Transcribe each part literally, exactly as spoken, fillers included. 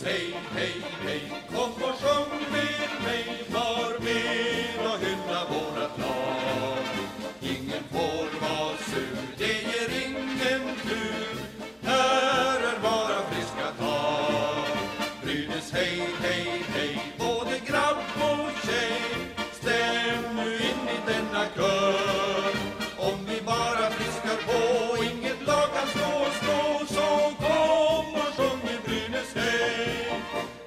hej, hej, hej. Kom och sjung med mig, var med och hylla vårat lag. Ingen får vara sur, det ger ingen tur. Här är bara friska tag. Brynäs hej, hej, hej, både grabb och tjej. Stäm nu in i denna kör. Om vi bara friskar på, inget lag kan slå och slå. Så kom och sjung med Brynäs hej.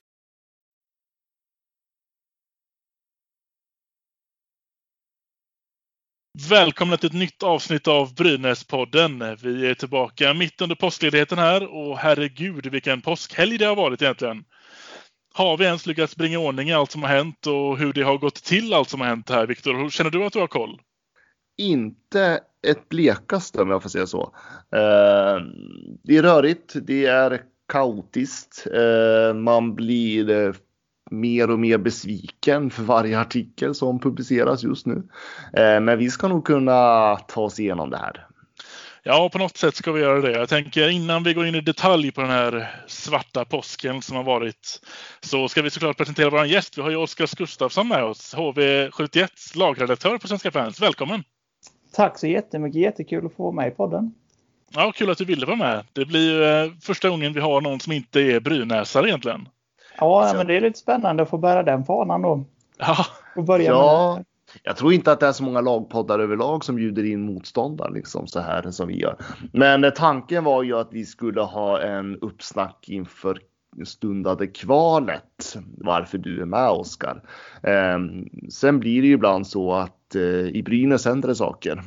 Välkomna till ett nytt avsnitt av Brynäs-podden. Vi är tillbaka mitt under påskledigheten här och herregud vilken påskhelg det har varit egentligen. Har vi ens lyckats bringa ordning i allt som har hänt och hur det har gått till allt som har hänt här, Viktor? Känner du att du har koll? Inte ett blekaste om jag får säga så. Eh, det är rörigt, det är kaotiskt. Eh, man blir eh, mer och mer besviken för varje artikel som publiceras just nu. Eh, men vi ska nog kunna ta oss igenom det här. Ja, på något sätt ska vi göra det. Jag tänker innan vi går in i detalj på den här svarta påsken som har varit så ska vi såklart presentera vår gäst. Vi har ju Oskar Gustafsson med oss, H V sjuttioett, lagredaktör på Svenska Fans. Välkommen! Tack så jättemycket, jättekul att få vara med i podden. Ja, kul att du ville vara med. Det blir ju eh, första gången vi har någon som inte är brynäsare egentligen. Ja, men det är lite spännande att få bära den fanan då. Ja, och börja ja med. Jag tror inte att det är så många lagpoddar överlag som bjuder in motståndare liksom så här som vi gör. Men eh, tanken var ju att vi skulle ha en uppsnack inför stundade kvalet. Varför du är med, Oskar. Eh, sen blir det ju ibland så att eh, i Brynäs händer det saker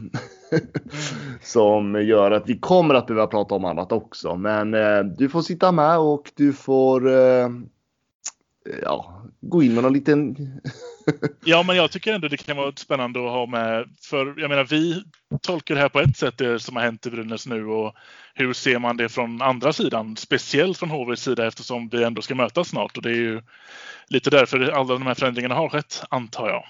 som gör att vi kommer att behöva prata om annat också. Men eh, du får sitta med och du får eh, ja, gå in med någon liten... ja, men jag tycker ändå det kan vara spännande att ha med. För jag menar, vi tolkar det här på ett sätt det som har hänt i Brynäs nu. Och hur ser man det från andra sidan? Speciellt från H V:s sida eftersom vi ändå ska mötas snart. Och det är ju lite därför alla de här förändringarna har skett, antar jag.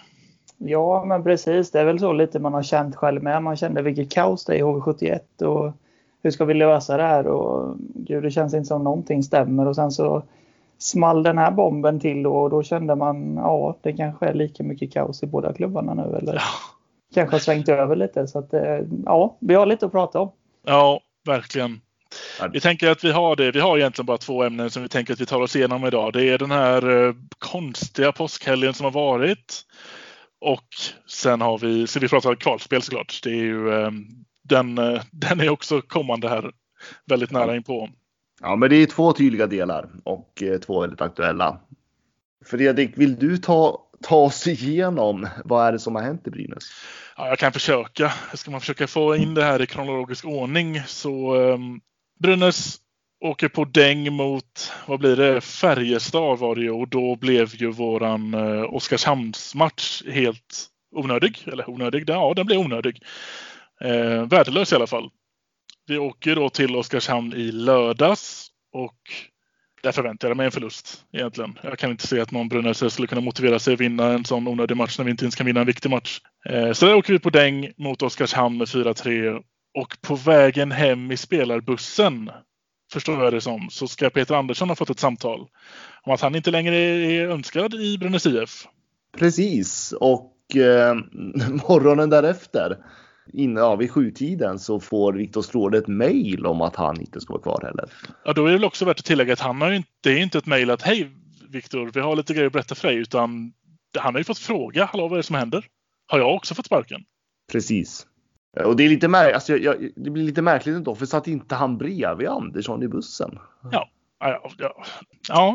Ja, men precis. Det är väl så lite man har känt själv med. Man kände vilket kaos det är i H V sjuttioett. Och hur ska vi lösa det här? Och gud, det känns inte som någonting stämmer. Och sen så small den här bomben till och då kände man, ja, det kanske är lika mycket kaos i båda klubbarna nu. Eller ja. kanske har svängt över lite. Så att, ja, vi har lite att prata om. Ja, verkligen. Vi tänker att vi har det. Vi har egentligen bara två ämnen som vi tänker att vi tar oss igenom idag. Det är den här eh, konstiga påskhelgen som har varit. Och sen har vi, så vi pratar kvalspel såklart. Det är ju, eh, den, eh, den är också kommande här väldigt nära inpå. Ja, men det är två tydliga delar och eh, två väldigt aktuella. Fredrik, vill du ta, ta oss igenom vad är det som har hänt i Brynäs? Ja, jag kan försöka. Ska man försöka få in det här i kronologisk ordning så eh, Brynäs åker på däng mot, vad blir det, Färjestad var det ju. Och då blev ju våran eh, Oskarshamnsmatch helt onödig. Eller onödig, ja den blev onödig. Eh, värdelös i alla fall. Vi åker då till Oskarshamn i lördags och där förväntar jag mig en förlust egentligen. Jag kan inte se att någon Brynäs skulle kunna motivera sig att vinna en sån onödig match när vi inte ens kan vinna en viktig match. Eh, så där åker vi på däng mot Oskarshamn med fyra tre och på vägen hem i spelarbussen, förstår jag det som, så ska Peter Andersson ha fått ett samtal om att han inte längre är önskad i Brynäs I F. Precis, och eh, morgonen därefter innan ja, vid sjutiden så får Viktor Stråle ett mejl om att han inte ska vara kvar heller. Ja, då är det väl också värt att tillägga att han har ju inte, det är inte ett mejl att hej Viktor, vi har lite grejer att berätta för dig, utan han har ju fått fråga, hallå vad är det som händer? Har jag också fått sparken? Precis. Och det är lite mär- alltså, jag, jag, det blir lite märkligt ändå, för satt inte han bredvid Andersson i bussen? Ja, ja, ja. ja.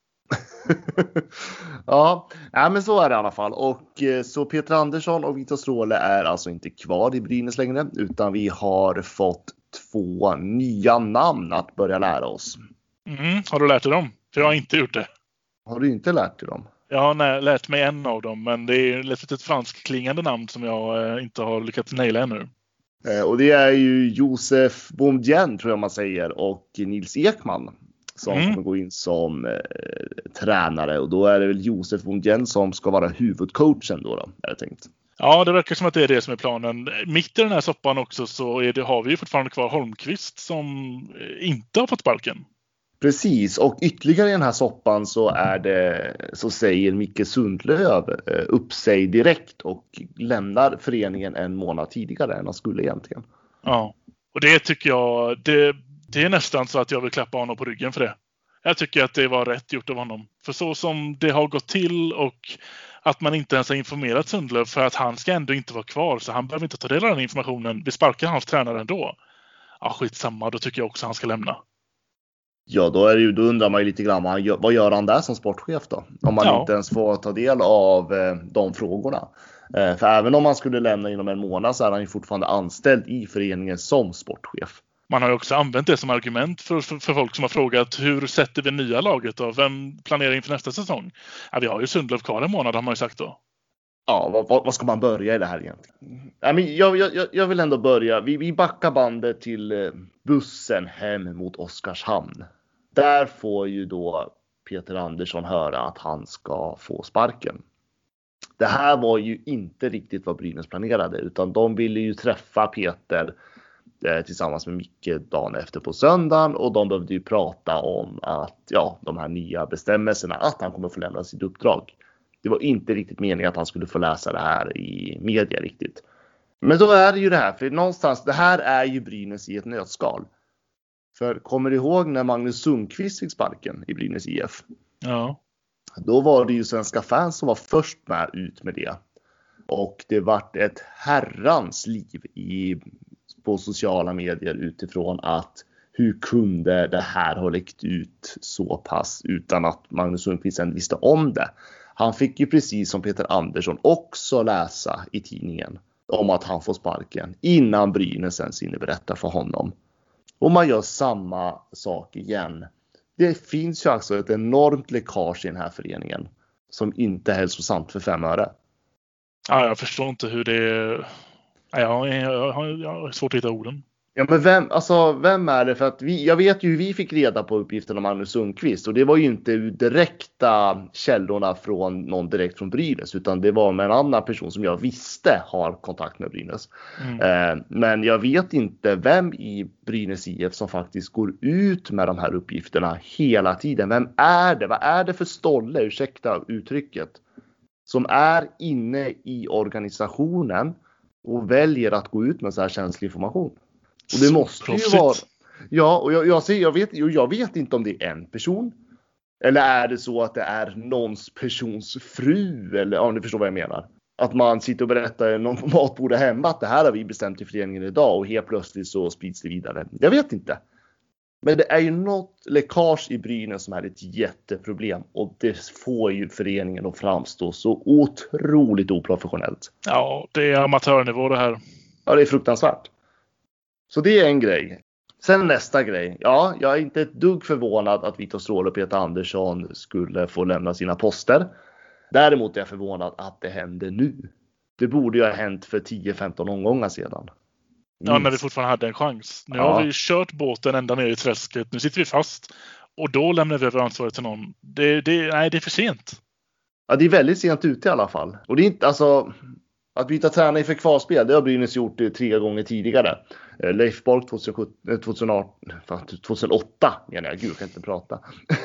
ja, ja, men så är det i alla fall. Och så Peter Andersson och Viktor Stråle är alltså inte kvar i Brynäs längre, utan vi har fått två nya namn att börja lära oss. Mm, har du lärt dig dem? För jag har inte gjort det. Har du inte lärt dig dem? Jag har nä- lärt mig en av dem, men det är ett litet franskklingande namn som jag eh, inte har lyckats naila ännu. Eh, och det är ju Josef Boumedienne, tror jag man säger, och Nils Ekman som mm. kommer gå in som eh, tränare. Och då är det väl Josef Boumedienne som ska vara huvudcoachen då, då är det tänkt. Ja, det verkar som att det är det som är planen. Mitt i den här soppan också så är det, har vi ju fortfarande kvar Holmqvist som inte har fått sparken. Precis, och ytterligare i den här soppan så är det, så säger Micke Sundlöv upp sig direkt och lämnar föreningen en månad tidigare än han skulle egentligen. Ja, och det tycker jag, det, det är nästan så att jag vill klappa honom på ryggen för det. Jag tycker att det var rätt gjort av honom. För så som det har gått till och att man inte ens har informerat Sundlöv för att han ska ändå inte vara kvar, så han behöver inte ta del av den informationen. Vi sparkar hans tränare ändå. Ja, skitsamma, då tycker jag också att han ska lämna. Ja, då, är det ju, då undrar man ju lite grann, vad gör, vad gör han där som sportchef då? Om man ja. inte ens får ta del av eh, de frågorna. Eh, för även om han skulle lämna inom en månad så är han ju fortfarande anställd i föreningen som sportchef. Man har ju också använt det som argument för, för, för folk som har frågat hur sätter vi nya laget då? Vem planerar inför nästa säsong? Ja, vi har ju Sundlöv kvar en månad har man ju sagt då. Ja, vad, vad ska man börja i det här egentligen? Ja, men jag, jag, jag vill ändå börja. Vi, vi backar bandet till bussen hem mot Oskarshamn. Där får ju då Peter Andersson höra att han ska få sparken. Det här var ju inte riktigt vad Brynäs planerade, utan de ville ju träffa Peter eh, tillsammans med Micke dagen efter på söndagen, och de behövde ju prata om att ja, de här nya bestämmelserna, att han kommer få lämna sitt uppdrag. Det var inte riktigt meningen att han skulle få läsa det här i media riktigt. Men då är det ju det här, för någonstans, det här är ju Brynäs i ett nötskal. För kommer du ihåg när Magnus Sundqvist fick sparken i Brynäs I F? Ja. Då var det ju svenska fans som var först med ut med det. Och det vart ett herrans liv i, på sociala medier utifrån att hur kunde det här ha läckt ut så pass utan att Magnus Sundqvist sen visste om det. Han fick ju precis som Peter Andersson också läsa i tidningen om att han får sparken innan Brynäs ens hinner berätta för honom. Och man gör samma sak igen. Det finns ju alltså ett enormt läckage i den här föreningen som inte är hälsosamt för fem öre. Ja, jag förstår inte hur det är. Ja, jag har, jag har svårt att hitta orden. Ja, men vem, alltså, vem är det? För att vi, jag vet ju hur vi fick reda på uppgiften om Magnus Sundqvist. Och det var ju inte direkta källorna från någon direkt från Brynäs. Utan det var med en annan person som jag visste har kontakt med Brynäs. Mm. Eh, men jag vet inte vem i Brynäs I F som faktiskt går ut med de här uppgifterna hela tiden. Vem är det? Vad är det för stolle, ursäkta uttrycket, som är inne i organisationen och väljer att gå ut med så här känslig information? Och det måste ju vara. Ja, och jag, jag, ser, jag, vet, jag vet inte om det är en person. Eller är det så att det är någons persons fru? Eller ja, ni förstår vad jag menar. Att man sitter och berättar någon på matbordet hemma att det här har vi bestämt i föreningen idag. Och helt plötsligt så sprids det vidare. Jag vet inte. Men det är ju något läckage i Brynäs som är ett jätteproblem. Och det får ju föreningen att framstå så otroligt oprofessionellt. Ja, det är amatörnivå det här. Ja, det är fruktansvärt. Så det är en grej. Sen nästa grej. Ja, jag är inte ett dugg förvånad att Vitor Stråle och Peter Andersson skulle få lämna sina poster. Däremot är jag förvånad att det händer nu. Det borde ju ha hänt för tio femton omgångar sedan. Minst. Ja, när vi fortfarande hade en chans. Nu ja. har vi kört båten ända ner i träsket. Nu sitter vi fast. Och då lämnar vi över ansvaret till någon. Det, det, nej, det är för sent. Ja, det är väldigt sent ute i alla fall. Och det är inte, alltså... Att byta tränare för kvarspel, det har Brynäs gjort tre gånger tidigare. Leif Bork tjugohundraåtta, menar jag, gud jag kan inte prata.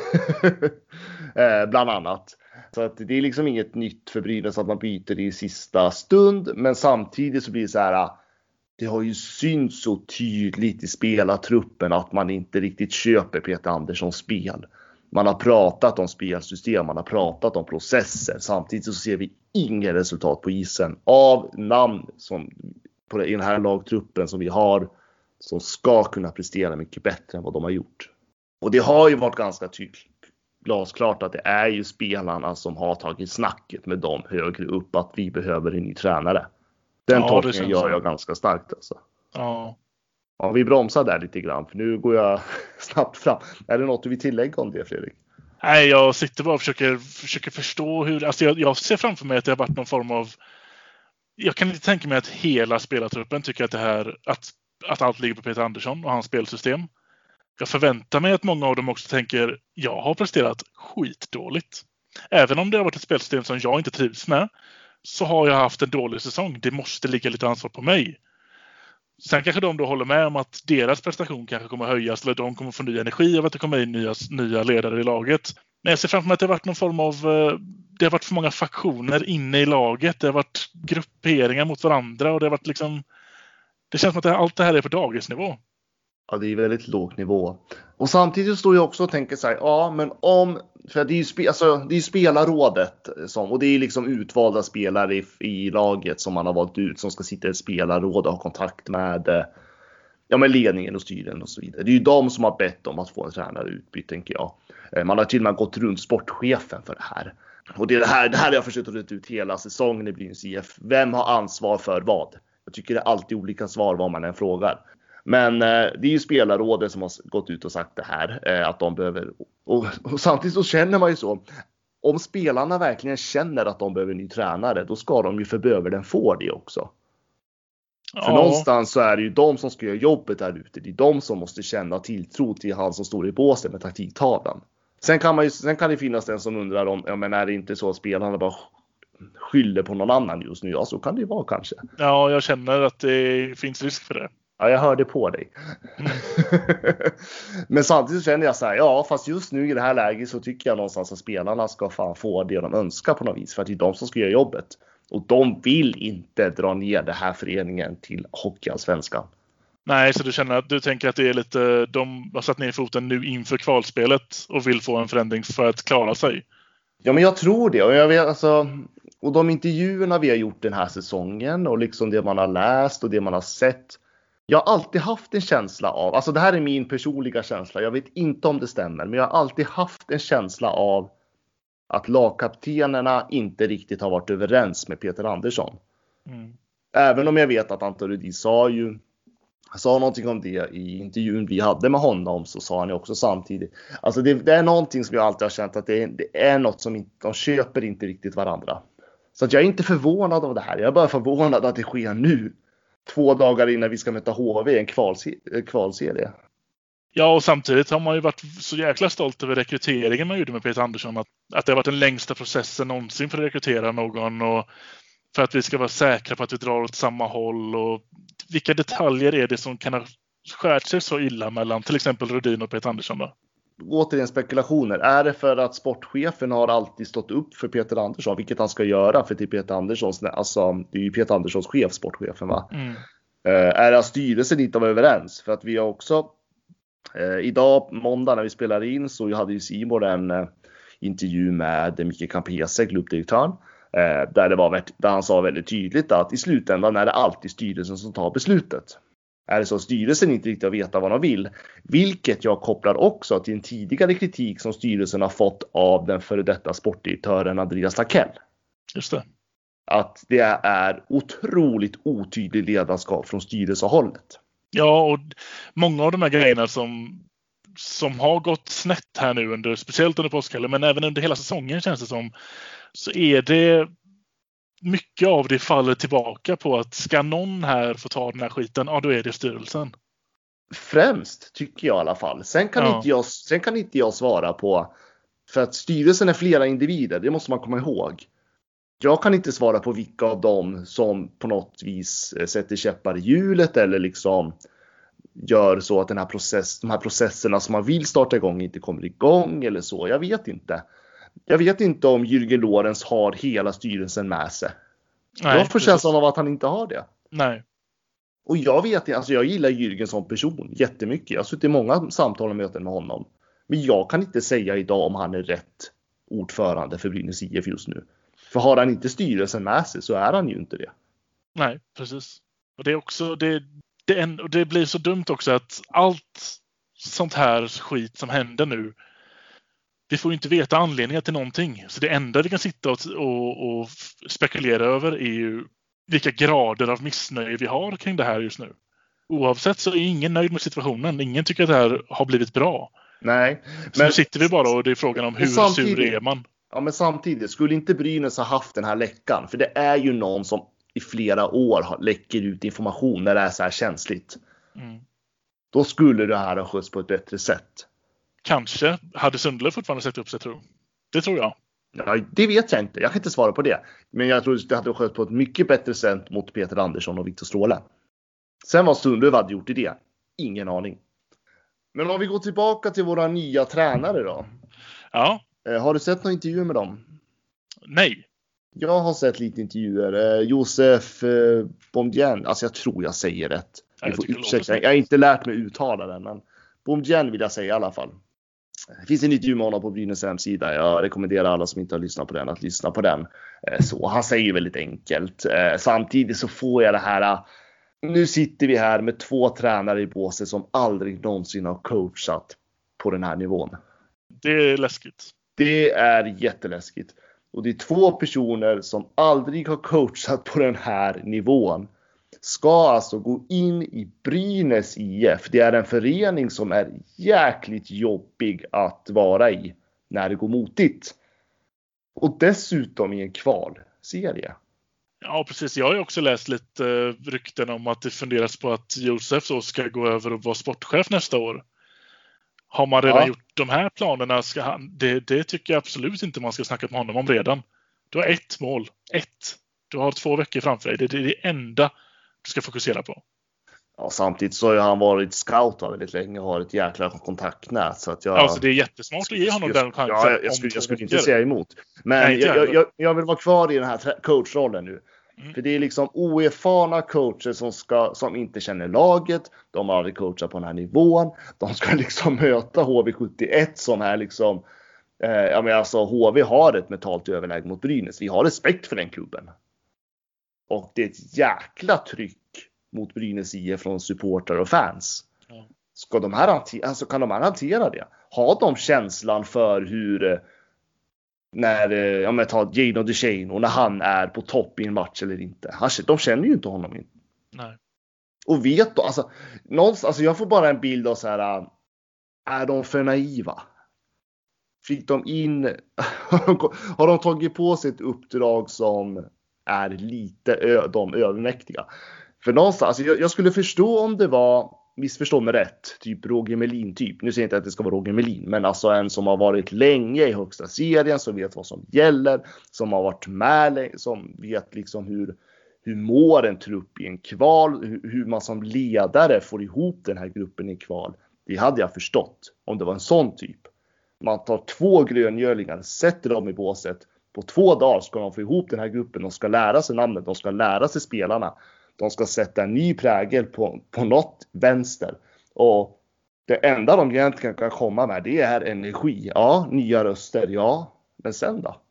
Bland annat. Så att det är liksom inget nytt för Brynäs att man byter i sista stund. Men samtidigt så blir det så här, det har ju synts så tydligt i spelartruppen att man inte riktigt köper Peter Anderssons spel. Man har pratat om spelsystem, man har pratat om processer. Samtidigt så ser vi inga resultat på isen av namn som på det, i den här lagtruppen som vi har, som ska kunna prestera mycket bättre än vad de har gjort. Och det har ju varit ganska tydligt, glasklart att det är ju spelarna som har tagit snacket med dem högre upp att vi behöver en ny tränare. Den ja, tolkningen gör jag ganska starkt alltså. Ja. Ja, vi bromsar där lite grann, för nu går jag snabbt fram. Är det något du vill tillägga om det, Fredrik? Nej, jag sitter bara och försöker, försöker förstå hur... Alltså jag, jag ser framför mig att det har varit någon form av... Jag kan inte tänka mig att hela spelartruppen tycker att det här... Att, att allt ligger på Peter Andersson och hans spelsystem. Jag förväntar mig att många av dem också tänker jag har presterat skitdåligt. Även om det har varit ett spelsystem som jag inte trivs med, så har jag haft en dålig säsong. Det måste ligga lite ansvar på mig. Sen kanske de då håller med om att deras prestation kanske kommer att höjas eller de kommer att få ny energi av att det kommer in nya, nya ledare i laget. Men jag ser framför mig att det har varit någon form av, det har varit för många faktioner inne i laget. Det har varit grupperingar mot varandra och det har varit liksom, det känns som att det, allt det här är på dagisnivå. Ja, det är väldigt låg nivå. Och samtidigt står jag också och tänker så här, ja men om, för det är ju, spe, alltså, det är ju spelarrådet som, och det är liksom utvalda spelare i, i laget som man har valt ut som ska sitta i ett spelarråd och ha kontakt med, ja, med ledningen och styren och så vidare. Det är ju de som har bett om att få en tränare utbytt, tänker jag. Man har till och med gått runt sportchefen för det här. Och det är det här, det här har jag försökt att reda ut hela säsongen i Brynäs I F. Vem har ansvar för vad? Jag tycker det är alltid olika svar vad man än frågar. Men eh, det är ju spelarrådet som har gått ut och sagt det här. Eh, att de behöver... Och, och samtidigt så känner man ju så. Om spelarna verkligen känner att de behöver en ny tränare, då ska de ju för behöver den få det också. Ja. För någonstans så är det ju de som ska göra jobbet där ute. Det är de som måste känna tilltro till han som står i båset med taktiktavlan. Sen kan, man ju, sen kan det finnas den som undrar om, ja, men är det inte så att spelarna bara skyller på någon annan just nu? Ja, så kan det ju vara kanske. Ja, jag känner att det finns risk för det. Ja, jag hörde på dig. Mm. Men samtidigt känner jag så här, ja, fast just nu i det här läget så tycker jag någonstans att spelarna ska fan få det de önskar på något vis. För att det är de som ska göra jobbet. Och de vill inte dra ner det här föreningen till Hockeyallsvenskan. Nej, så du känner att du tänker att det är lite, de har satt ner foten nu inför kvalspelet och vill få en förändring för att klara sig. Ja, men jag tror det. Och jag vet alltså, och de intervjuerna vi har gjort den här säsongen och liksom det man har läst och det man har sett. Jag har alltid haft en känsla av, alltså det här är min personliga känsla, jag vet inte om det stämmer, men jag har alltid haft en känsla av att lagkaptenerna inte riktigt har varit överens med Peter Andersson. Mm. Även om jag vet att Anton Rudin sa ju, sa någonting om det i intervjun vi hade med honom, så sa han ju också samtidigt. Alltså det, det är någonting som jag alltid har känt att det är, det är något som inte, de köper inte riktigt varandra. Så att jag är inte förvånad av det här, jag är bara förvånad att det sker nu. Två dagar innan vi ska möta H V i en kvalserie. kvalserie. Ja, och samtidigt har man ju varit så jäkla stolt över rekryteringen man gjorde med Peter Andersson. Att, att det har varit den längsta processen någonsin för att rekrytera någon. Och för att vi ska vara säkra på att vi drar åt samma håll. Och vilka detaljer är det som kan ha skärt sig så illa mellan till exempel Rudin och Peter Andersson då? Återigen spekulationer. Är det för att sportchefen har alltid stått upp för Peter Andersson, vilket han ska göra för till Peter Anderssons, alltså det är ju Peter Anderssons chef, sportchefen, va? Mm. Uh, är det att styrelsen inte var överens? För att vi har också uh, idag, måndag när vi spelar in, så hade ju Simon en uh, intervju med Micke Campese, klubbdirektören, uh, där, det var, där han sa väldigt tydligt att i slutändan är det alltid styrelsen som tar beslutet. Är det så att styrelsen inte riktigt vet vad de vill, vilket jag kopplar också till en tidigare kritik som styrelsen har fått av den före detta sportdirektören Andreas Takell. Just det. Att det är otroligt otydligt ledarskap från styrelsehållet. Ja, och många av de här grejerna som, som har gått snett här nu, under, speciellt under påskhelgen, men även under hela säsongen känns det som, så är det mycket av det faller tillbaka på att ska någon här få ta den här skiten, ja då är det styrelsen. Främst tycker jag i alla fall. Sen kan, ja. inte, jag, sen kan inte jag svara på, för att styrelsen är flera individer, det måste man komma ihåg. Jag kan inte svara på vilka av dem som på något vis sätter käppar i hjulet eller liksom gör så att den här process, de här processerna som man vill starta igång inte kommer igång eller så. Jag vet inte. Jag vet inte om Jürgen Lorenz har hela styrelsen med sig. Nej, jag får känslan av att han inte har det. Nej. Och jag vet inte, alltså jag gillar Jürgen som person jättemycket. Jag har suttit i många samtal och möten med honom. Men jag kan inte säga idag om han är rätt ordförande för Brynäs I F just nu. För har han inte styrelsen med sig så är han ju inte det. Nej, precis. Och det är också det, det, en, och det blir så dumt också att allt sånt här skit som händer nu, vi får ju inte veta anledningen till någonting. Så det enda vi kan sitta och, och, och spekulera över är ju vilka grader av missnöje vi har kring det här just nu. Oavsett så är ingen nöjd med situationen. Ingen tycker att det här har blivit bra. Nej. Så men nu sitter vi bara och det är frågan om hur sur är man. Ja, men samtidigt, skulle inte Brynäs ha haft den här läckan? För det är ju någon som i flera år har läcker ut information när det är så här känsligt. Mm. Då skulle det här ha skötts på ett bättre sätt. Kanske hade Sundle fortfarande sett upp sig, tror. Det tror jag. Ja, det vet jag inte. Jag kan inte svara på det. Men jag tror att det hade skötts på ett mycket bättre sätt mot Peter Andersson och Victor Stråle. Sen vad Sundlöv hade gjort i det, ingen aning. Men om vi går tillbaka till våra nya tränare då. Ja. Eh, har du sett några intervjuer med dem? Nej. Jag har sett lite intervjuer. Eh, Josef eh, Boumedienne, alltså jag tror jag säger rätt. Jag, jag, får ursäkta. Jag har inte lärt mig uttala den, men Boumedienne vill jag säga i alla fall. Det finns en intervju med honom på Brynäs hemsida. Jag rekommenderar alla som inte har lyssnat på den att lyssna på den. Eh, så han säger väldigt enkelt. Eh, samtidigt så får jag det här. Nu sitter vi här med två tränare i båset som aldrig någonsin har coachat på den här nivån. Det är läskigt. Det är jätteläskigt. Och det är två personer som aldrig har coachat på den här nivån. Ska alltså gå in i Brynäs I F. Det är en förening som är jäkligt jobbig att vara i när det går motigt. Och dessutom i en kvalserie. Ja, precis. Jag har ju också läst lite uh, rykten om att det funderas på att Josef så ska gå över och vara sportchef nästa år. Har man redan ja. gjort de här planerna, ska han, det, det tycker jag absolut inte man ska snacka med honom om redan. Du har ett mål. Ett. Du har två veckor framför dig. Det, det är det enda du ska fokusera på. Ja, samtidigt så har han varit scout väldigt länge och har ett jäkla kontaktnät. Så att jag, alltså det är jättesmart att ge honom just, den chansen. Ja, jag, jag, skulle, jag skulle inte säga emot. Men Nej, jag, jag, jag vill vara kvar i den här coachrollen nu. Mm. För det är liksom oerfarna coacher som, ska, som inte känner laget. De har aldrig coachat på den här nivån. De ska liksom möta H V sjuttioett som är liksom... Eh, jag menar alltså H V har ett mentalt överläge mot Brynäs. Vi har respekt för den klubben. Och det är ett jäkla tryck mot Brynäs I F från supportrar och fans. Ja. Ska de här hantera, alltså kan de här hantera det? Har de känslan för hur när jag menar ta Jadon Duchene och när han är på topp i en match eller inte? De känner ju inte honom in. Nej. Och vet då alltså någonstans, alltså jag får bara en bild av så här, är de för naiva? Fick de in har de tagit på sig ett uppdrag som är lite ö, de övermäktiga? För någonstans, alltså jag, jag skulle förstå om det var, missförstå mig rätt, typ Roger Melin typ. Nu säger jag inte att det ska vara Roger Melin, men alltså en som har varit länge i högsta serien, som vet vad som gäller, som har varit med, som vet liksom hur, hur mår en trupp i en kval, hur, hur man som ledare får ihop den här gruppen i kval. Det hade jag förstått om det var en sån typ. Man tar två gröngölingar, sätter dem i båset. På två dagar ska de få ihop den här gruppen. De ska lära sig namnet, de ska lära sig spelarna. De ska sätta en ny prägel på, på något vänster. Och det enda de egentligen kan komma med, det är energi. Ja, nya röster, ja. Men sen då?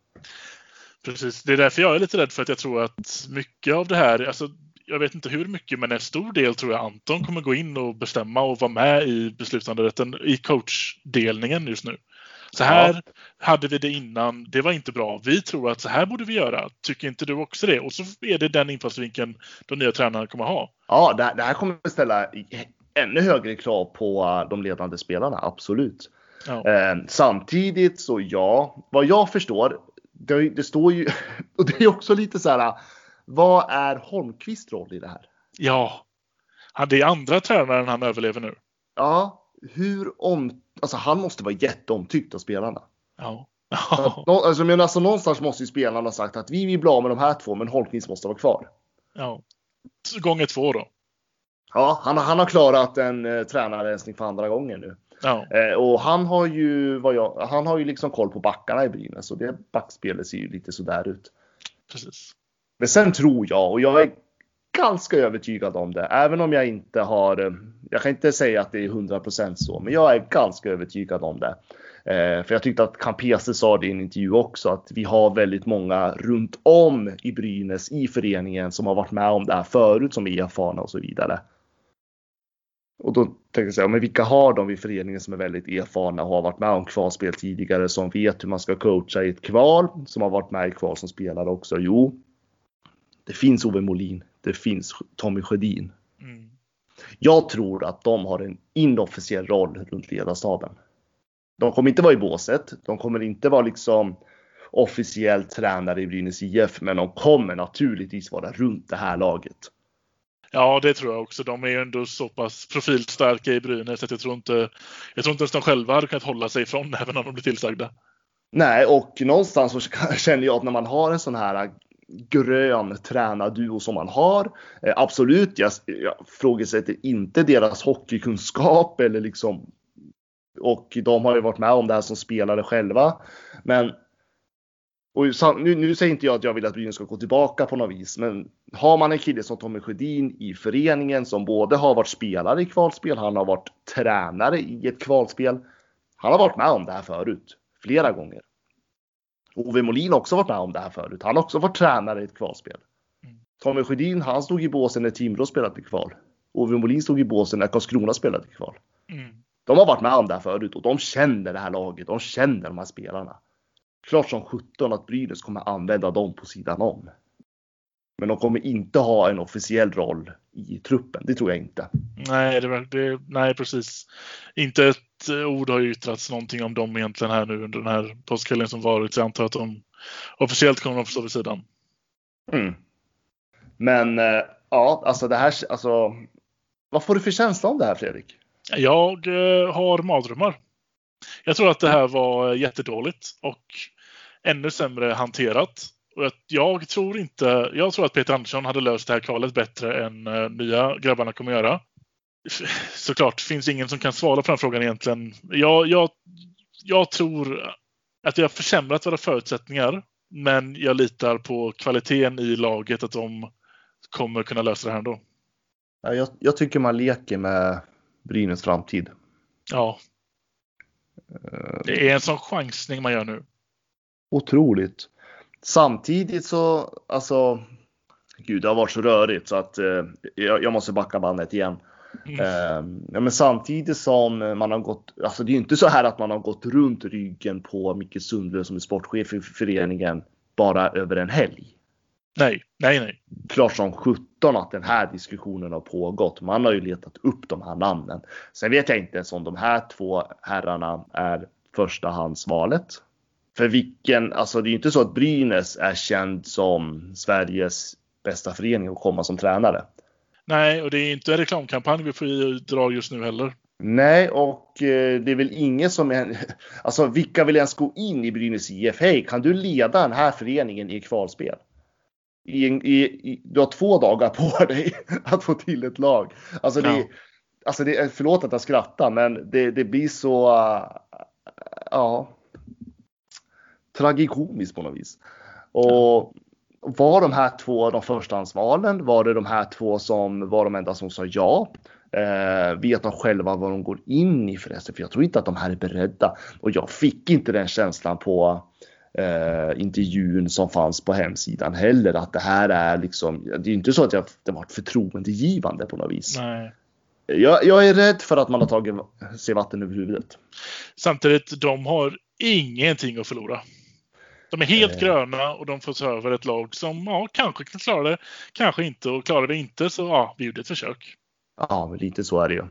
Precis, det är därför jag är lite rädd för att jag tror att mycket av det här, alltså jag vet inte hur mycket, men en stor del tror jag Anton kommer gå in och bestämma och vara med i beslutanderätten i coachdelningen just nu. Så här ja. hade vi det innan, det var inte bra. Vi tror att så här borde vi göra. Tycker inte du också det? Och så är det den infallsvinkeln de nya tränarna kommer ha. Ja, det, det här kommer att ställa ännu högre krav på de ledande spelarna, absolut. Ja. Eh, samtidigt så ja, vad jag förstår, det, det står ju, och det är också lite så här, vad är Holmqvists roll i det här? Ja, han det är andra tränaren han överlever nu. Ja, hur om, alltså han måste vara jätteomtyckt av spelarna. Ja. alltså, men alltså någonstans måste ju spelarna ha sagt att vi vill bli av med de här två, men Holmqvist måste vara kvar. Ja, gånger två då. Ja, han, han har klarat en eh, tränarrensning för andra gången nu. Ja. Eh, och han har ju vad jag, han har ju liksom koll på backarna i Brynäs, så det backspelet ser ju lite så där ut. Precis. Men sen tror jag, och jag är ganska övertygad om det, även om jag inte har, jag kan inte säga att det är hundra procent så, men jag är ganska övertygad om det. Eh, för jag tyckte att Campese sa det i en intervju också, att vi har väldigt många runt om i Brynäs, i föreningen, som har varit med om det här förut, som är erfarna och så vidare. Och då tänkte jag säga, men vilka har de i föreningen som är väldigt erfarna och har varit med om kvalspel tidigare, som vet hur man ska coacha i ett kval, som har varit med i kval som spelare också? Jo, det finns Ove Molin, det finns Tommy Sjödin. Mm. Jag tror att de har en inofficiell roll runt ledarstaben. De kommer inte vara i båset, de kommer inte vara liksom officiellt tränare i Brynäs I F, men de kommer naturligtvis vara runt det här laget. Ja, det tror jag också. De är ju ändå så pass profilstarka i Brynäs att jag tror inte, jag tror inte ens de själva hade kunnat hålla sig ifrån även om de blir tillsagda. Nej, och någonstans så känner jag att när man har en sån här grön tränarduo som man har. Eh, absolut, jag, jag frågasätter inte deras hockeykunskap eller liksom, och de har ju varit med om det här som spelare själva. Men och nu, nu säger inte jag att jag vill att Brynäs ska gå tillbaka på något vis, men har man en kille som Tommy Sjödin i föreningen som både har varit spelare i kvalspel, han har varit tränare i ett kvalspel, han har varit med om det här förut flera gånger. Ove Molin har också varit med om det här förut, han har också varit tränare i ett kvalspel. Tommy Sjödin, han stod i båsen när Timrå spelade i kval. Ove Molin stod i båsen när Karlskrona spelade i kval. Mm. De har varit med om det här förut och de känner det här laget, de känner de här spelarna. Klart som sjutton att Brynäs kommer använda dem på sidan om. Men de kommer inte ha en officiell roll i truppen, det tror jag inte. Nej, det, det, nej precis. Inte ett ord har ju yttrats någonting om dem egentligen här nu under den här påskkvällen som varit. Så jag antar att de officiellt kommer att stå vid sidan. Mm. Men ja, alltså det här, alltså, vad får du för känsla om det här, Fredrik? Jag eh, har mardrömmar. Jag tror att det här var jättedåligt och ännu sämre hanterat. Och jag, jag tror inte, jag tror att Peter Andersson hade löst det här kvalet bättre än uh, nya grabbarna kommer göra. Såklart, finns ingen som kan svara på den frågan egentligen. Jag, jag, jag tror att vi har försämrat våra förutsättningar, men jag litar på kvaliteten i laget att de kommer kunna lösa det här ändå. Ja, jag, jag tycker man leker med Brynäs framtid. Ja. Det är en sån chansning man gör nu. Otroligt. Samtidigt så, alltså, gud, det har varit så rörigt så att eh, jag, jag måste backa bandet igen. Mm. Eh, ja, men samtidigt som man har gått, alltså det är ju inte så här att man har gått runt ryggen på Micke Sundlöv som är sportchef i föreningen bara över en helg. Nej, nej, nej. Klart som sjutton att den här diskussionen har pågått. Man har ju letat upp de här namnen. Sen vet jag inte ens om de här två herrarna är förstahandsvalet. För vilken, alltså det är ju inte så att Brynäs är känd som Sveriges bästa förening att komma som tränare. Nej, och det är inte en reklamkampanj vi får dra just nu heller. Nej, och eh, det är väl ingen som är, alltså vilka vill ens gå in i Brynäs I F? Hej, kan du leda den här föreningen i kvalspel? I, i, i, du har två dagar på dig att få till ett lag. Alltså det, ja. alltså det är, förlåt att jag skrattar, men det, det blir så, uh, ja, tragikomiskt på något vis. Och var de här två de förstahandsvalen? Var det de här två som var de enda som sa ja? Eh, vet de själva vad de går in i förresten? För jag tror inte att de här är beredda. Och jag fick inte den känslan på eh, intervjun som fanns på hemsidan heller. Att det här är liksom, det är inte så att jag, det varit förtroendegivande på något vis. Nej. Jag, jag är rädd för att man har tagit sig vatten över huvudet. Samtidigt, de har ingenting att förlora. De är helt eh. gröna och de får ta över ett lag som ja, kanske kan klara det, kanske inte. Och klarar det inte så ja, vi gjorde ett försök. Ja, men lite så är det ju.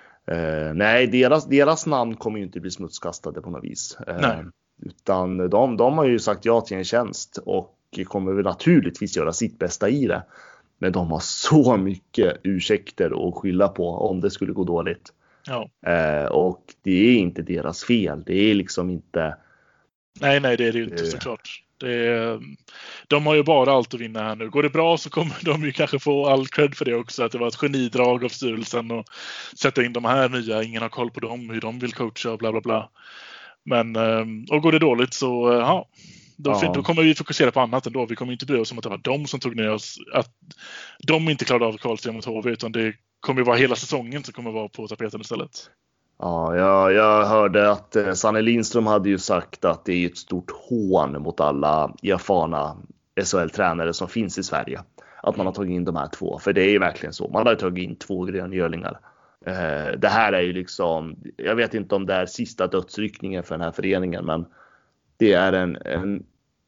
Eh, nej, deras, deras namn kommer ju inte bli smutskastade på något vis. Eh, utan de, de har ju sagt ja till en tjänst och kommer väl naturligtvis göra sitt bästa i det. Men de har så mycket ursäkter att skylla på om det skulle gå dåligt. Ja. Eh, och det är inte deras fel. Det är liksom inte... Nej, nej, det är det ju inte såklart. Det är, de har ju bara allt att vinna här nu. Går det bra så kommer de ju kanske få all cred för det också. Att det var ett genidrag av styrelsen och sätta in de här nya. Ingen har koll på dem, hur de vill coacha och bla bla bla. Men, och går det dåligt så ja, då, ja. då kommer vi fokusera på annat ändå. Vi kommer inte bry oss om att det var de som tog ner oss. Att de inte klarade av kvalstriden mot H V, utan det kommer vara hela säsongen som kommer vara på tapeten istället. Ja, jag, jag hörde att eh, Sanne Lindström hade ju sagt att det är ett stort hån mot alla erfarna S H L-tränare som finns i Sverige. Att man har tagit in de här två. För det är ju verkligen så. Man har tagit in två gröngölingar. Eh, det här är ju liksom, jag vet inte om det är sista dödsryckningen för den här föreningen. Men det är en, en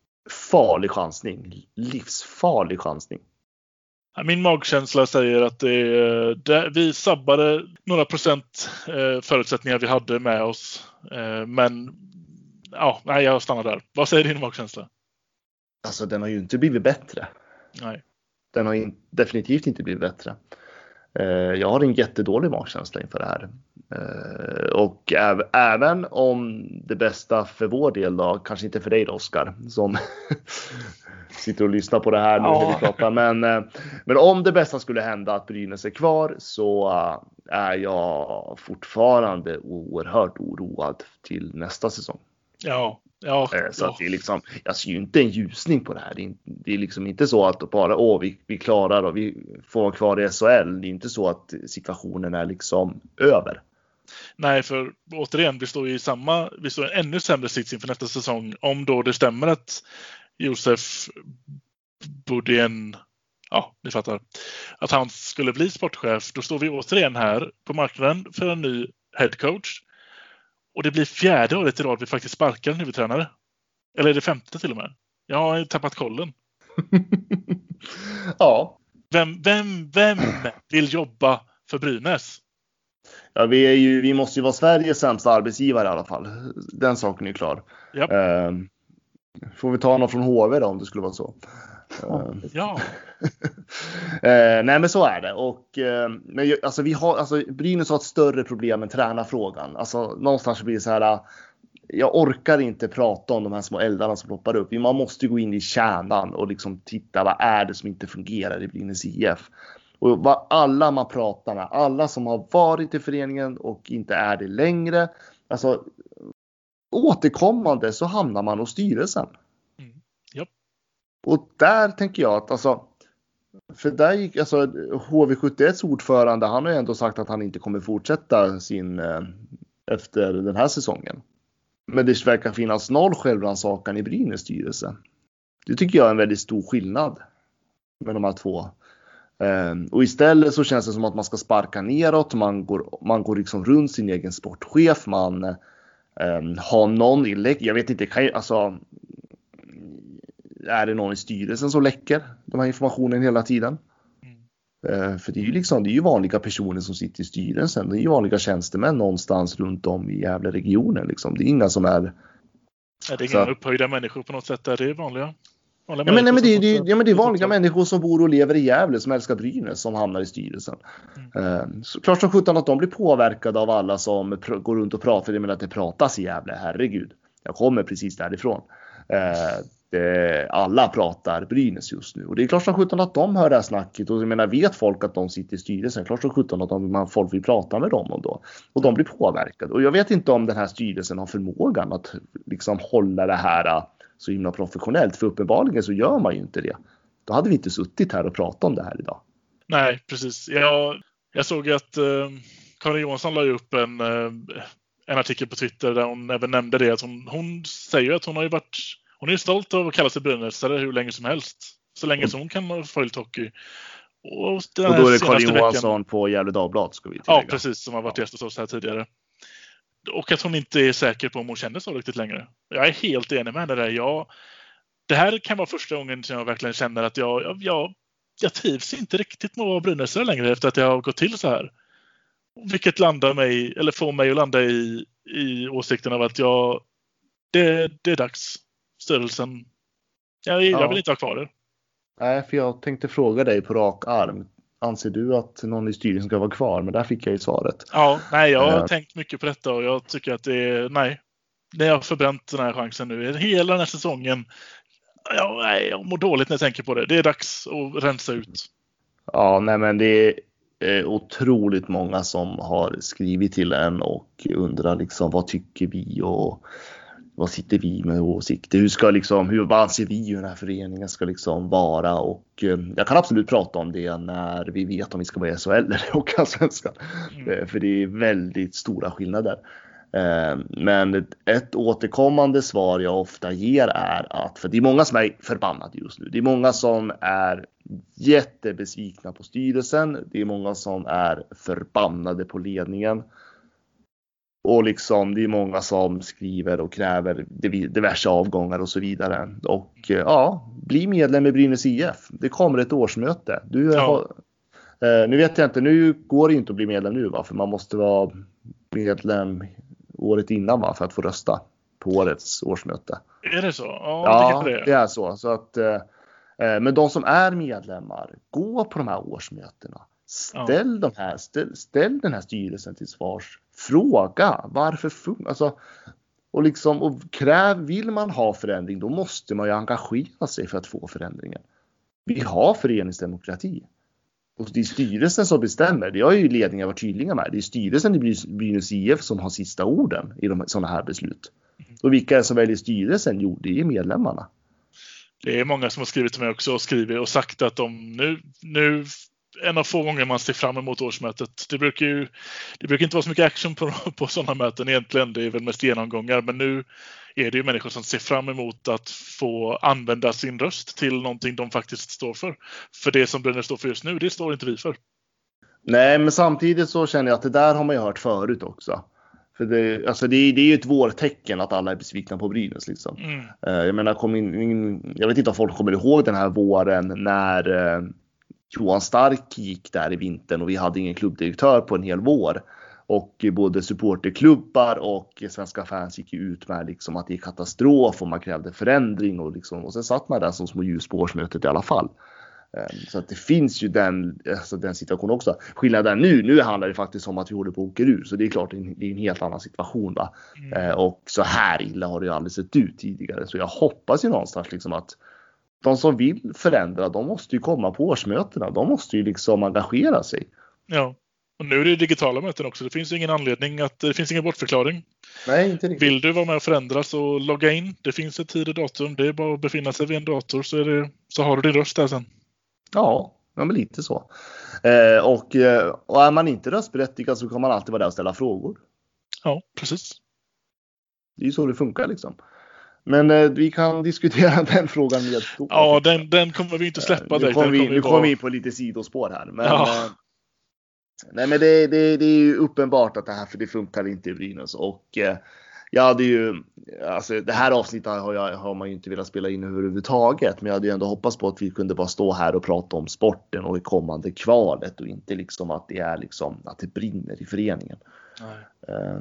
farlig chansning. Livsfarlig chansning. Min magkänsla säger att det, det, vi sabbade några procent eh, förutsättningar vi hade med oss. Eh, men ja, nej, jag stannar där. Vad säger din magkänsla? Alltså den har ju inte blivit bättre. Nej. Den har in, definitivt inte blivit bättre. Eh, jag har en jättedålig magkänsla inför det här. Eh, och äv- även om det bästa för vår del då, kanske inte för dig då, Oskar, som sitter och lyssnar på det här nu Ja. när vi pratar. Men, eh, men om det bästa skulle hända att Brynäs är kvar, så uh, är jag fortfarande oerhört oroad till nästa säsong. Ja, ja. Eh, så ja. att det är liksom, jag ser ju inte en ljusning på det här. Det är, det är liksom inte så att bara åh, vi, vi klarar och vi får vara kvar i S H L. Det är inte så att situationen är liksom över. Nej, för återigen, vi står i samma, vi står i en ännu sämre sits inför nästa säsong. Om då det stämmer att Josef Bodén, ja, ni fattar, att han skulle bli sportchef, då står vi återigen här på marknaden för en ny headcoach. Och det blir fjärde året i rad vi faktiskt sparkar en huvudtränare. Eller är det femte till och med? Jag har tappat kollen. Ja. Vem, vem, vem vill jobba för Brynäs? Ja, vi, är ju, vi måste ju vara Sveriges sämsta arbetsgivare i alla fall. Den saken är ju klar. Japp. Eh, får vi ta någon från H V då, om det skulle vara så. Ja. eh, nej men så är det. Och, eh, men, ju- alltså, vi har, alltså, Brynäs har ett större problem än tränarfrågan. Alltså, någonstans blir det så här. Jag orkar inte prata om de här små eldarna som ploppar upp. Man måste gå in i kärnan och liksom titta, vad är det som inte fungerar i Brynäs I F. Och vad alla man pratar med, alla som har varit i föreningen och inte är det längre, alltså återkommande så hamnar man hos styrelsen. Mm. Japp. Och där tänker jag att alltså, för där gick alltså H V sjuttioett ordförande, han har ju ändå sagt att han inte kommer fortsätta sin eh, efter den här säsongen. Men det verkar finnas noll självrannsakan i Brynäs styrelse. Det tycker jag är en väldigt stor skillnad med de här två. Um, och istället så känns det som att man ska sparka neråt. Man går, man går liksom runt sin egen sportchef. Man um, har någon inlägg. Jag vet inte, kan jag, alltså, är det någon i styrelsen som läcker de här informationen hela tiden? Mm. Uh, för det är ju liksom, det är ju vanliga personer som sitter i styrelsen. Det är ju vanliga tjänstemän någonstans runt om i jävla regionen. Liksom. Det är inga som är... Ja, det är så, inga upphöjda människor på något sätt där, det är vanliga. Ja men, nej, men, det, det, ja, men det är vanliga människor som bor och lever i Gävle som älskar Brynäs som hamnar i styrelsen. Mm. Så klart som sjutton att de blir påverkade av alla som pr- går runt och pratar. Jag menar att det pratas i Gävle, herregud. Jag kommer precis därifrån. Eh, det, alla pratar Brynäs just nu. Och det är klart som sjutton att de hör det här snacket. Och jag menar, vet folk att de sitter i styrelsen. Klart som sjutton att de, man, folk vill prata med dem. Och, då. och de blir påverkade. Och jag vet inte om den här styrelsen har förmågan att liksom hålla det här så himla professionellt, för uppenbarligen så gör man ju inte det. Då hade vi inte suttit här och pratat om det här idag. Nej, precis. Jag, jag såg att eh, Karin Johansson la upp en, eh, en artikel på Twitter där hon även nämnde det. Att hon, hon säger att hon har ju varit, hon är ju stolt över att kalla sig brynäsare hur länge som helst. Så länge som hon kan ha följt hockey. Och, och då är det Karin Johansson veckan, på Gävle Dagblad, ska vi tillägga. Ja, precis, som har varit gäst hos oss här tidigare. Och att hon inte är säker på om hon känner så riktigt längre. Jag är helt enig med henne där. Jag, det här kan vara första gången som jag verkligen känner att jag, jag, jag, jag trivs inte riktigt med att vara brynäsare längre efter att jag har gått till så här. Vilket landar mig, eller får mig att landa i, i åsikten av att jag, det, det är dags. Styrelsen, jag, jag vill inte ha kvar det. Nej, för jag tänkte fråga dig på rak arm. Anser du att någon i styrelsen ska vara kvar? Men där fick jag ju svaret. Ja, nej, jag har uh. tänkt mycket på detta och jag tycker att det är, nej. När jag har förbränt den här chansen nu. Hela den här säsongen. Ja, nej, jag mår dåligt när jag tänker på det. Det är dags att rensa ut. Ja, nej men det är otroligt många som har skrivit till en och undrar liksom vad tycker vi och vad sitter vi med åsikter? Hur ska liksom, hur vad anser vi hur den här föreningen ska liksom vara? Och eh, jag kan absolut prata om det när vi vet om vi ska vara i S H L eller åka Svenskan. Mm. För det är väldigt stora skillnader. Eh, men ett, ett återkommande svar jag ofta ger är att, för det är många som är förbannade just nu. Det är många som är jättebesvikna på styrelsen. Det är många som är förbannade på ledningen. Och liksom det är många som skriver och kräver diverse avgångar och så vidare. Och ja, bli medlem i Brynäs I F. Det kommer ett årsmöte. Du ja. har, eh, nu vet jag inte, nu går det inte att bli medlem nu va? För man måste vara medlem året innan va? För att få rösta på årets årsmöte. Är det så? Ja, ja det, är. det är så. Så att, eh, men de som är medlemmar, gå på de här årsmötena. Ställ, ja. de här, ställ, ställ den här styrelsen till svars. Fråga varför fun- alltså, och liksom och kräv, vill man ha förändring, då måste man ju engagera sig för att få förändringen. Vi har föreningsdemokrati. Och det är styrelsen som bestämmer. Det har ju ledningen varit tydliga med. Det är styrelsen i Brynäs I F som har sista orden i de, sådana här beslut. Och vilka är som väljer styrelsen? Jo, det är medlemmarna. Det är många som har skrivit till mig också och skrivit och sagt att de nu, nu en av få gånger man ser fram emot årsmötet. Det brukar ju det brukar inte vara så mycket action på, på sådana möten egentligen. Det är väl mest genomgångar. Men nu är det ju människor som ser fram emot att få använda sin röst till någonting de faktiskt står för. För det som Brynäs står för just nu, det står inte vi för. Nej, men samtidigt så känner jag att det där har man ju hört förut också. För det, alltså det, det är ju ett vårtecken att alla är besvikna på Brynäs liksom. Mm. Jag menar, kom in, in, jag vet inte om folk kommer ihåg den här våren när eh, Johan Stark gick där i vintern och vi hade ingen klubbdirektör på en hel vår. Och både supporterklubbar och svenska fans gick ut med liksom att det är katastrof och man krävde förändring. Och, liksom, och sen satt man där som små ljus på årsmötet i alla fall. Så att det finns ju den, alltså den situationen också. Skillnaden nu, nu handlar det faktiskt om att vi håller på att åka ur. Så det är klart, det är en helt annan situation. Va? Mm. Och så här illa har det ju aldrig sett ut tidigare. Så jag hoppas ju någonstans liksom att de som vill förändra, de måste ju komma på årsmötena. De måste ju liksom engagera sig. Ja, och nu är det digitala möten också. Det finns ingen anledning att, det finns ingen bortförklaring. Nej, inte riktigt. Vill du vara med och förändra så logga in. Det finns ett tid och datum. Det är bara att befinna sig vid en dator så, är det, så har du din röst där sen. Ja, men lite så. Eh, och, och är man inte röstberättigad så kan man alltid vara där och ställa frågor. Ja, precis. Det är ju så det funkar liksom. Men eh, vi kan diskutera den frågan med stor. Ja, den, den kommer vi inte släppa. Eh, nu kommer vi, kommer vi, kommer vi på lite sidospår här. Men, ja. eh, nej, men det, det, det är ju uppenbart att det här, för det funkar inte i Brynäs. Och eh, jag hade ju, alltså det här avsnittet har, jag, har man ju inte velat spela in överhuvudtaget. Men jag hade ju ändå hoppats på att vi kunde bara stå här och prata om sporten och det kommande kvalet. Och inte liksom att det är liksom att det brinner i föreningen. Nej, eh.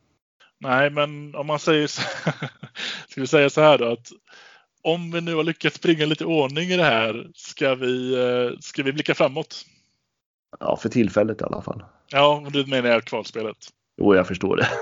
Nej men om man säger så, ska vi säga så här då, att om vi nu har lyckats bringa lite ordning i det här, ska vi, ska vi blicka framåt? Ja, för tillfället i alla fall. Ja, men det menar jag kvalspelet. Jo, jag förstår det.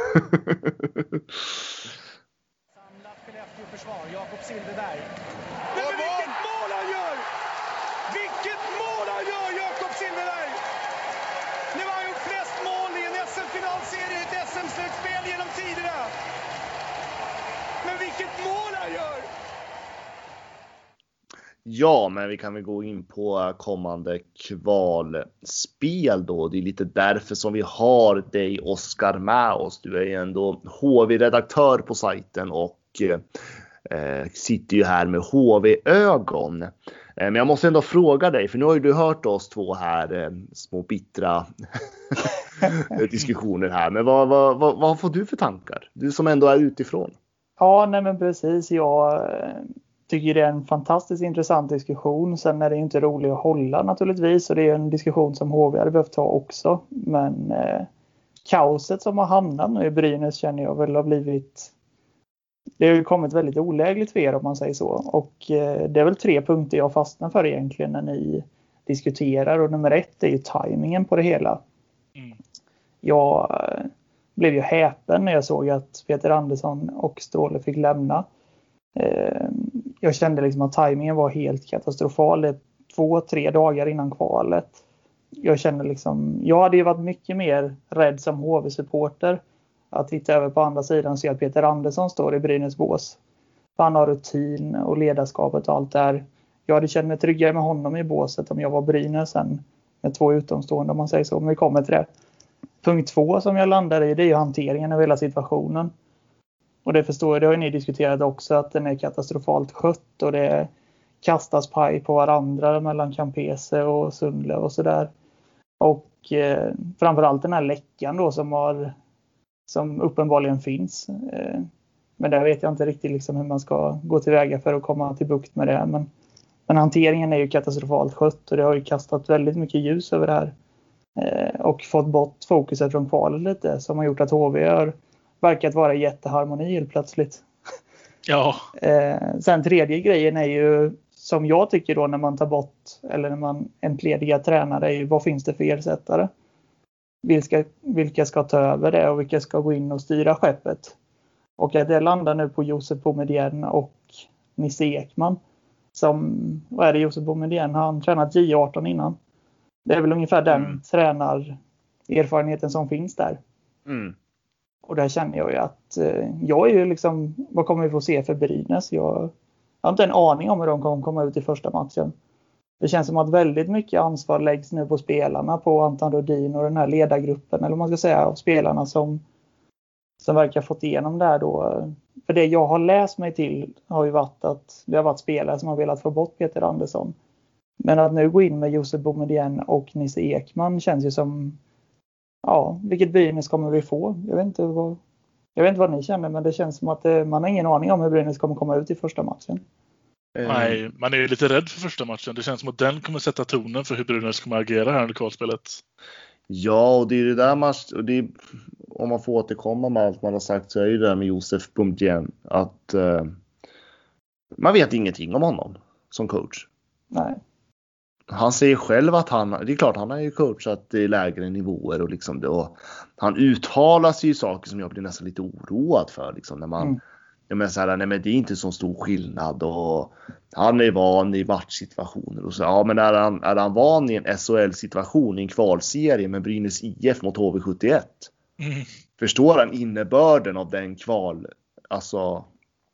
Samlat Skellefteå-försvar, Jakob Silver där. Men vilket mål han gör! Vilket mål han gör, Jakob Silverberg! Nu har han gjort flest mål i en S M-finalserie, ett S M-slutspel genom tiderna. Men vilket mål han gör! Ja, men vi kan väl gå in på kommande kvalspel då. Det är lite därför som vi har dig, Oskar, med oss. Du är ju ändå H V-redaktör på sajten och eh, sitter ju här med H V-ögon. Eh, men jag måste ändå fråga dig, för nu har ju du hört oss två här eh, små bittra diskussioner här. Men vad, vad, vad, vad får du för tankar? Du som ändå är utifrån. Ja, nej men precis. Jag tycker det är en fantastiskt intressant diskussion. Sen är det inte roligt att hålla naturligtvis. Och det är en diskussion som H V hade behövt ta också. Men eh, kaoset som har hamnat nu i Brynäs känner jag väl har blivit... Det har ju kommit väldigt olägligt för er om man säger så. Och eh, det är väl tre punkter jag fastnar för egentligen när ni diskuterar. Och nummer ett är ju tajmingen på det hela. Mm. Jag eh, blev ju häpen när jag såg att Peter Andersson och Ståhle fick lämna. Eh, jag kände liksom att tajmingen var helt katastrofal. Två, tre dagar innan kvalet. Jag kände liksom, jag hade ju varit mycket mer rädd som H V-supporter att titta över på andra sidan och se att Peter Andersson står i Brynäs bås. Han har rutin och ledarskapet och allt där. Jag hade känt mig tryggare med honom i båset om jag var Brynäs än med två utomstående om man säger så. Men vi kommer till det. Punkt två som jag landar i, det är ju hanteringen av hela situationen. Och det förstår jag, det har ju ni diskuterat också, att den är katastrofalt skött och det kastas paj på varandra mellan Campese och Sundle och sådär. Och eh, framförallt den här läckan då som har som uppenbarligen finns. Eh, men där vet jag inte riktigt liksom hur man ska gå tillväga för att komma till bukt med det. Men, men hanteringen är ju katastrofalt skött och det har ju kastat väldigt mycket ljus över det här. Eh, och fått bort fokuset från kvalet lite som har gjort att H V har verkat vara jätteharmoni helt plötsligt. Ja. Eh, sen tredje grejen är ju som jag tycker då när man tar bort eller när man entledigar tränare är ju vad finns det för ersättare? Vilka, vilka ska ta över det och vilka ska gå in och styra skeppet? Och att det landar nu på Josep Boumedienne och Nisse Ekman. Som, vad är det Josep Boumedienne? Han har tränat J arton innan. Det är väl ungefär den mm. tränarerfarenheten som finns där. Mm. Och där känner jag ju att eh, jag är ju liksom, vad kommer vi få se för Brynäs? Jag, jag har inte en aning om hur de kommer komma ut i första matchen. Det känns som att väldigt mycket ansvar läggs nu på spelarna, på Anton Rhodin och den här ledargruppen, eller vad man ska säga, av spelarna som, som verkar ha fått igenom det här då. För det jag har läst mig till har ju varit att det har varit spelare som har velat få bort Peter Andersson. Men att nu gå in med Josep Boumedienne och Nisse Ekman känns ju som, ja, vilket Brynäs kommer vi få? Jag vet inte vad, jag vet inte vad ni känner, men det känns som att det, man har ingen aning om hur Brynäs kommer komma ut i första matchen. Nej, man är ju lite rädd för första matchen. Det känns som att den kommer sätta tonen för hur Brynäs kommer agera här under kvalspelet. Ja, och det är det där man, och det är, om man får återkomma med allt man har sagt, så är ju det där med Josep Boumedienne att eh, man vet ingenting om honom som coach. Nej. Han säger själv att han, det är klart han har ju coachat i lägre nivåer och liksom det, och han uttalar sig ju saker som jag blir nästan lite oroad för liksom, när man mm. jag menar så här, nej men det är inte så stor skillnad och han är van i matchsituationer och så, ja men är han, är han van i en S H L-situation i en kvalserie med Brynäs I F mot H V sjuttioett? Mm. Förstår han innebörden av den kval, alltså.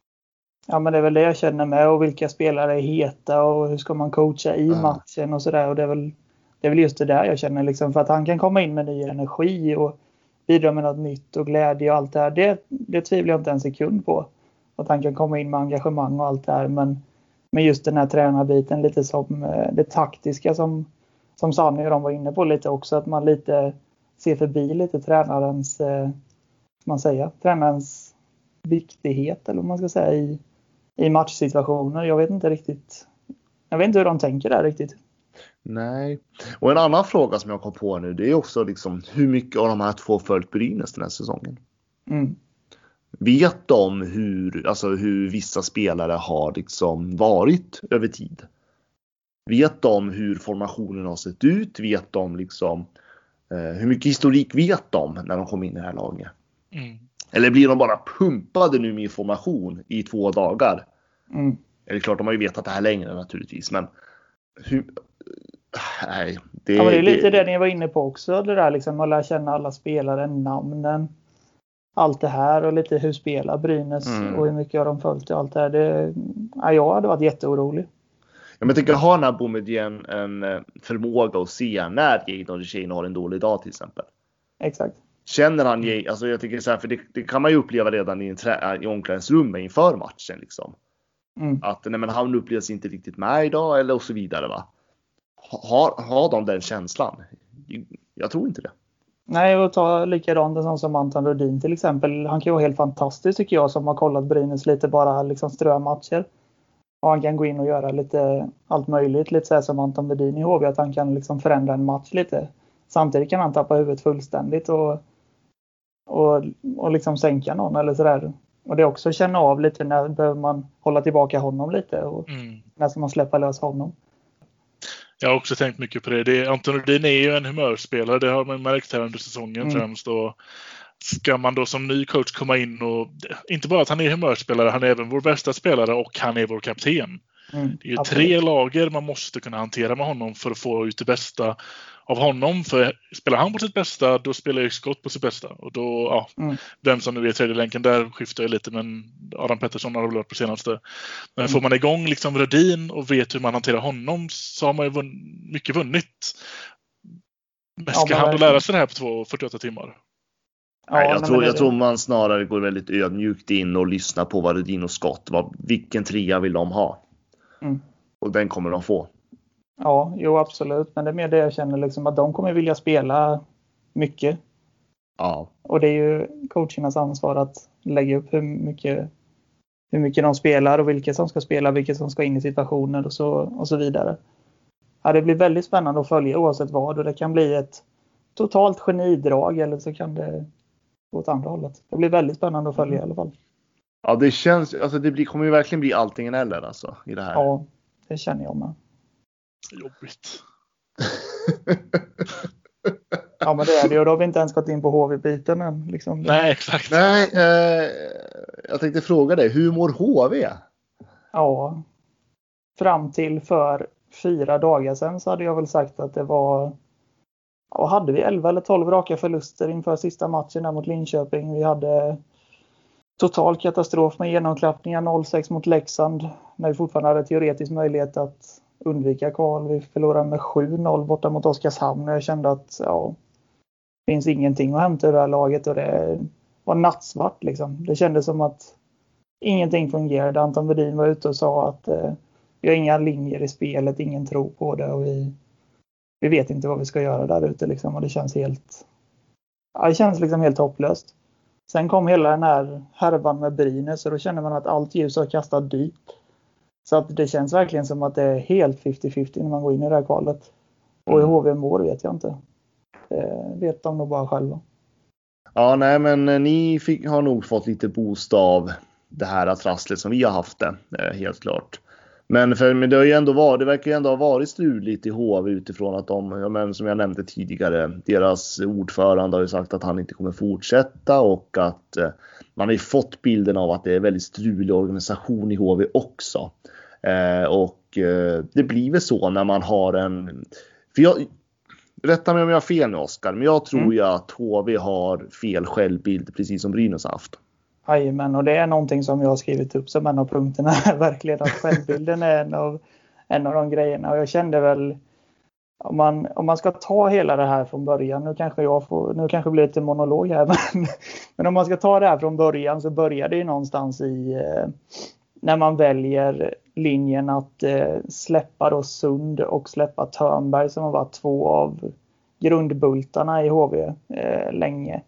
Ja, men det är väl det jag känner med, och vilka spelare är heta och hur ska man coacha i mm. matchen och sådär, och det är väl det är väl just det där jag känner liksom, för att han kan komma in med ny energi och bidra med något nytt och glädje och allt det här, det, det tvivlar jag inte en sekund på. Att han kan komma in med engagemang och allt det här. Men, men just den här tränarbiten lite som det taktiska som, som Sanny och de var inne på lite också. Att man lite ser förbi lite tränarens, eh, man säger, tränarens viktighet eller vad man ska säga i, i matchsituationer. Jag vet inte riktigt. Jag vet inte hur de tänker där riktigt. Nej. Och en annan fråga som jag kom på nu, det är också liksom hur mycket av de här två följt Brynäs den här säsongen. Mm. Vet de hur, alltså hur vissa spelare har liksom varit över tid? Vet de hur formationen har sett ut? Vet de liksom eh, hur mycket historik vet de när de kom in i det här laget? Mm. Eller blir de bara pumpade nu med information i två dagar? Mm. Eller klart, de har ju vetat det här längre naturligtvis, men hur, nej, det, ja, men det är lite det, det ni var inne på också, det där liksom att lära känna alla spelare, namnen, allt det här och lite hur spelar Brynäs mm. och hur mycket har de följt och allt det här. Det, ja, jag hade varit jätteorolig. Ja, men jag tycker att ha den här Boumedienne en förmåga att se när Jadon Duchene har en dålig dag till exempel. Exakt. Känner han, alltså jag tycker så här, för det, det kan man ju uppleva redan i, en trä, i omklädningsrummet inför matchen liksom. Mm. Att nej, men han upplevs inte riktigt med idag eller och så vidare va. Har, har de den känslan? Jag tror inte det. Nej, och ta likadant en sån som Anton Rhodin till exempel. Han kan ju vara helt fantastisk tycker jag, som har kollat Brynäs lite bara liksom strö matcher. Och han kan gå in och göra lite allt möjligt, lite så här som Anton Rhodin i H V, att han kan liksom förändra en match lite. Samtidigt kan han tappa huvudet fullständigt och, och, och liksom sänka någon eller sådär. Och det är också att känna av lite när behöver man hålla tillbaka honom lite och mm. när ska man släppa lös honom. Jag har också tänkt mycket på det. det är, Anton Rhodin är ju en humörspelare. Det har man märkt här under säsongen mm. främst. Och ska man då som ny coach komma in och inte bara att han är humörspelare, han är även vår bästa spelare och han är vår kapten. Mm, det är ju absolut. Tre lager man måste kunna hantera med honom för att få ut det bästa av honom. För spelar han på sitt bästa, då spelar ju Scott på sitt bästa. Och då, ja, mm. vem som nu är tredje länken, där skiftar jag lite, men Adam Pettersson har väl varit på senaste. Men mm. får man igång liksom Rhodin och vet hur man hanterar honom, så har man ju vunn- mycket vunnit. Men ska ja, han då lära sig det här på två, fyrtioåtta timmar? Ja, nej, jag, tror, jag tror man snarare går väldigt ödmjukt in och lyssnar på vad Rhodin och Scott, vad, vilken trea vill de ha? Mm. Och den kommer de få. Ja, jo absolut. Men det är mer det jag känner liksom, att de kommer vilja spela mycket. Ja. Och det är ju coachernas ansvar att lägga upp hur mycket, hur mycket de spelar och vilka som ska spela, vilka som ska in i situationer och så, och så vidare. Ja, det blir väldigt spännande att följa oavsett vad, och det kan bli ett totalt genidrag eller så kan det gå åt andra hållet. Det blir väldigt spännande att följa mm. i alla fall. Ja, det känns, alltså det blir, kommer ju verkligen bli allting en eller alltså i det här. Ja, Det känner jag med. Jobbigt. Ja, men det är det ju. Då har vi inte ens gått in på H V-biten än. Liksom. Nej, exakt. Nej, eh, jag tänkte fråga dig, hur mår H V? Ja, fram till för fyra dagar sedan så hade jag väl sagt att det var... Ja, hade vi elva eller tolv raka förluster inför sista matchen där mot Linköping. Vi hade total katastrof med genomklappningar noll sex mot Leksand. När vi fortfarande hade teoretisk möjlighet att undvika kval. Vi förlorade med sju noll borta mot Oskarshamn. Och jag kände att ja, det finns ingenting att hämta i det här laget. Och det var nattsvart liksom. Det kändes som att ingenting fungerade. Anton Wedin var ute och sa att eh, vi har inga linjer i spelet. Ingen tror på det. Och vi, vi vet inte vad vi ska göra där ute liksom. Och det känns helt... Ja, det känns liksom helt hopplöst. Sen kom hela den här härvan med Brynäs. Och då känner man att allt ljus har kastat dit. Så att det känns verkligen som att det är helt femtio femtio när man går in i det här kvalet. Och i H V mår vet jag inte. Det vet de nog bara själva. Ja, nej, men ni fick, har nog fått lite boost av det här trasslet som vi har haft det, helt klart. Men, för, men det har ju ändå varit, det verkar ju ändå ha varit struligt i H V utifrån att de, ja, men som jag nämnde tidigare, deras ordförande har ju sagt att han inte kommer fortsätta och att eh, man har ju fått bilden av att det är väldigt strulig organisation i H V också. Eh, och eh, det blir väl så när man har en... För jag, rätta mig om jag har fel nu, Oskar, men jag tror mm. ju att H V har fel självbild precis som Brynäs har haft. Jajamän, och det är någonting som jag har skrivit upp som en av punkterna. Verkligen att självbilden är en av, en av de grejerna. Och jag kände väl, om man, om man ska ta hela det här från början, nu kanske jag får, nu kanske det blir lite monolog här, men, men om man ska ta det här från början så börjar det ju någonstans i, eh, när man väljer linjen att eh, släppa då Sund och släppa Törnberg som har varit två av grundbultarna i H V eh, länge.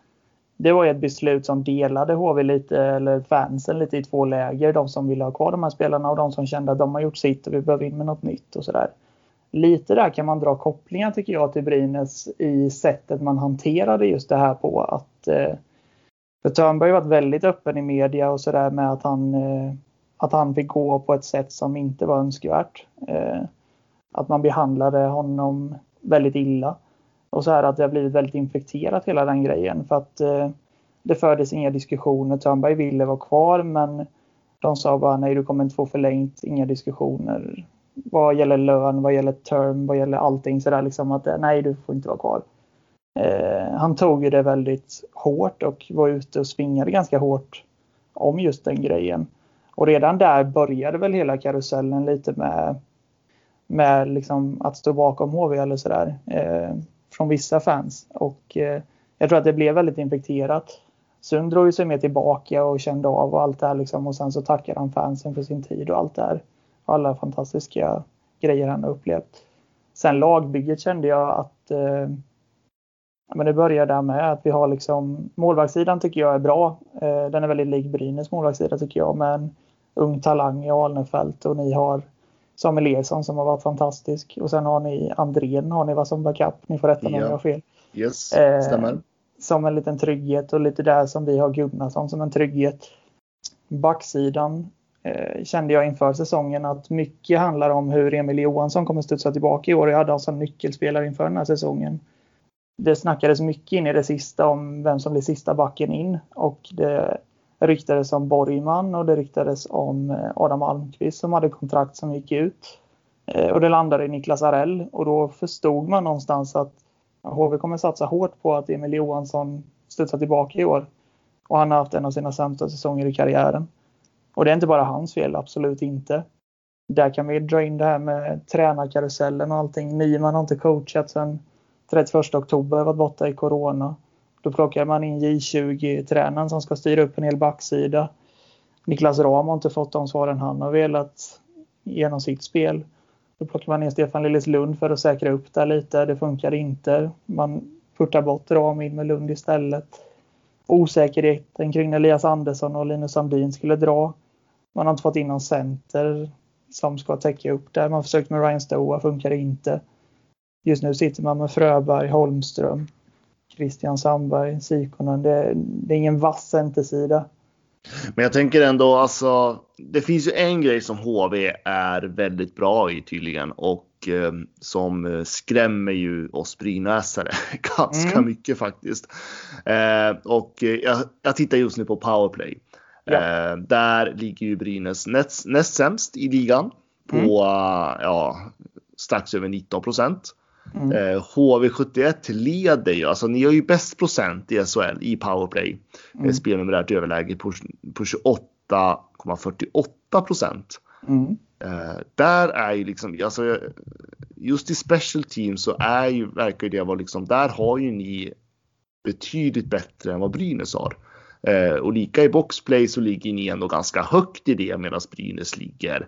Det var ett beslut som delade H V lite, eller fansen lite i två läger. De som ville ha kvar de här spelarna och de som kände att de har gjort sitt och vi behöver in med något nytt och sådär. Lite där kan man dra kopplingar tycker jag till Brynäs i sättet man hanterade just det här på. Att, eh, för Törnberg har varit väldigt öppen i media och sådär med att han, eh, att han fick gå på ett sätt som inte var önskvärt. Eh, att man behandlade honom väldigt illa. Och så här att det har blivit väldigt infekterat hela den grejen. För att eh, det fördes inga diskussioner. Törnberg ville vara kvar men de sa bara nej, du kommer inte få förlängt. Inga diskussioner. Vad gäller lön, vad gäller term, vad gäller allting. Så där liksom att nej, du får inte vara kvar. Eh, han tog ju det väldigt hårt och var ute och svingade ganska hårt om just den grejen. Och redan där började väl hela karusellen lite med, med liksom att stå bakom H V eller sådär. Eh, från vissa fans. Och eh, jag tror att det blev väldigt infekterat. Sund drog ju sig med tillbaka och kände av och allt det här liksom. Och sen så tackade han fansen för sin tid och allt det här. Alla fantastiska grejer han har upplevt. Sen lagbygget kände jag att eh, men det började där med att vi har liksom målvaktssidan tycker jag är bra. Eh, den är väldigt lik Brynäs målvaktssida tycker jag med en ung talang i Alnefelt och ni har Samuel Ersson som har varit fantastisk. Och sen har ni Andrén, har ni vad som backup. Ni får rätta mig om jag har fel. Yes, stämmer. Eh, som en liten trygghet och lite där som vi har Gunnarsson som en trygghet. Backsidan eh, kände jag inför säsongen att mycket handlar om hur Emil Johansson kommer studsa tillbaka i år. Jag hade alltså nyckelspelare inför den här säsongen. Det snackades mycket in i det sista om vem som blir sista backen in. Och det ryktades om Borgman och det ryktades om Adam Almqvist som hade kontrakt som gick ut. Och det landade i Niklas Arell. Och då förstod man någonstans att H V kommer satsa hårt på att Emil Johansson studsar tillbaka i år. Och han har haft en av sina sämsta säsonger i karriären. Och det är inte bara hans fel, absolut inte. Där kan vi dra in det här med tränarkarusellen och allting. Nyman har inte coachat sedan trettioförsta oktober, varit borta i corona. Då plockar man in J tjugo-tränaren som ska styra upp en hel backsida. Niklas Ram har inte fått de svaren han har velat genom sitt spel. Då plockar man in Stefan Lilleslund för att säkra upp det lite. Det funkar inte. Man puttar bort Ram in med Lund istället. Osäkerheten kring Elias Andersson och Linus Sandin skulle dra. Man har inte fått in någon center som ska täcka upp det. Man har försökt med Ryan Stoa, funkar inte. Just nu sitter man med Fröberg, Holmström, Christian Sandberg, Sikonen. Det, det är ingen vass centersida. Men jag tänker ändå, alltså, det finns ju en grej som H V är väldigt bra i tydligen och eh, som skrämmer ju oss brynäsare ganska mm. mycket faktiskt. Eh, och jag, jag tittar just nu på powerplay. Ja. Eh, där ligger ju Brynäs näst, näst sämst i ligan på mm. uh, ja, strax över nitton procent. Mm. Eh, H V sjuttioett leder ju, alltså ni har ju bäst procent i S H L i powerplay. Mm. Eh, spelnumerärt överläge på, på tjugoåtta komma fyrtioåtta procent. Mm. Eh, där är ju liksom, alltså just i special team så är ju, verkar det vara liksom, där har ju ni betydligt bättre än vad Brynäs har. Eh, och lika i boxplay så ligger ni ändå ganska högt i det medan Brynäs ligger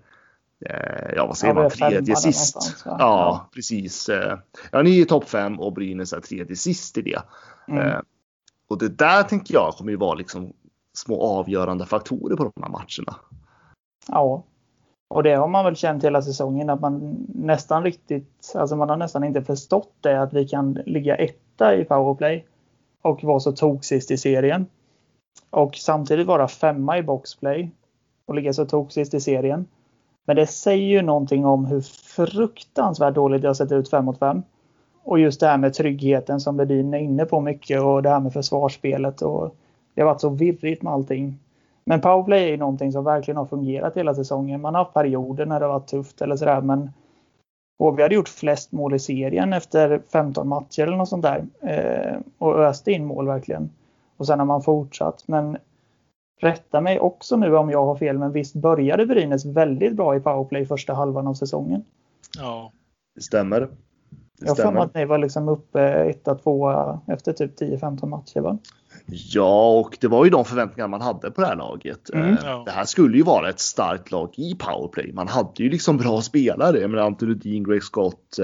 ja, vad säger ja, man? Tredje sist. Ja, ja, precis. Ja, ni är topp fem och Brynäs är tredje sist i det. Mm. Eh, och det där tänker jag kommer ju vara liksom små avgörande faktorer på de här matcherna. Ja, och det har man väl känt hela säsongen att man nästan riktigt, alltså man har nästan inte förstått det att vi kan ligga etta i powerplay och vara så tok sist i serien. Och samtidigt vara femma i boxplay och ligga så tok sist i serien. Men det säger ju någonting om hur fruktansvärt dåligt det har sett ut fem mot fem. Och just det här med tryggheten som Bedin är inne på mycket. Och det här med försvarsspelet. Och det har varit så virrigt med allting. Men powerplay är ju någonting som verkligen har fungerat hela säsongen. Man har haft perioder när det har varit tufft eller sådär. Men och vi hade gjort flest mål i serien efter femton matcher eller något sånt där. Eh, och öste in mål verkligen. Och sen har man fortsatt. Men rätta mig också nu om jag har fel, men visst började Brynäs väldigt bra i powerplay första halvan av säsongen. Ja, det stämmer. Det jag stämmer. Jag att ni var liksom uppe ett två efter typ tio femton matcher, va? Ja, och det var ju de förväntningar man hade på det här laget. Mm. Det här skulle ju vara ett starkt lag i powerplay. Man hade ju liksom bra spelare. Men Anthony Dean, Greg Scott.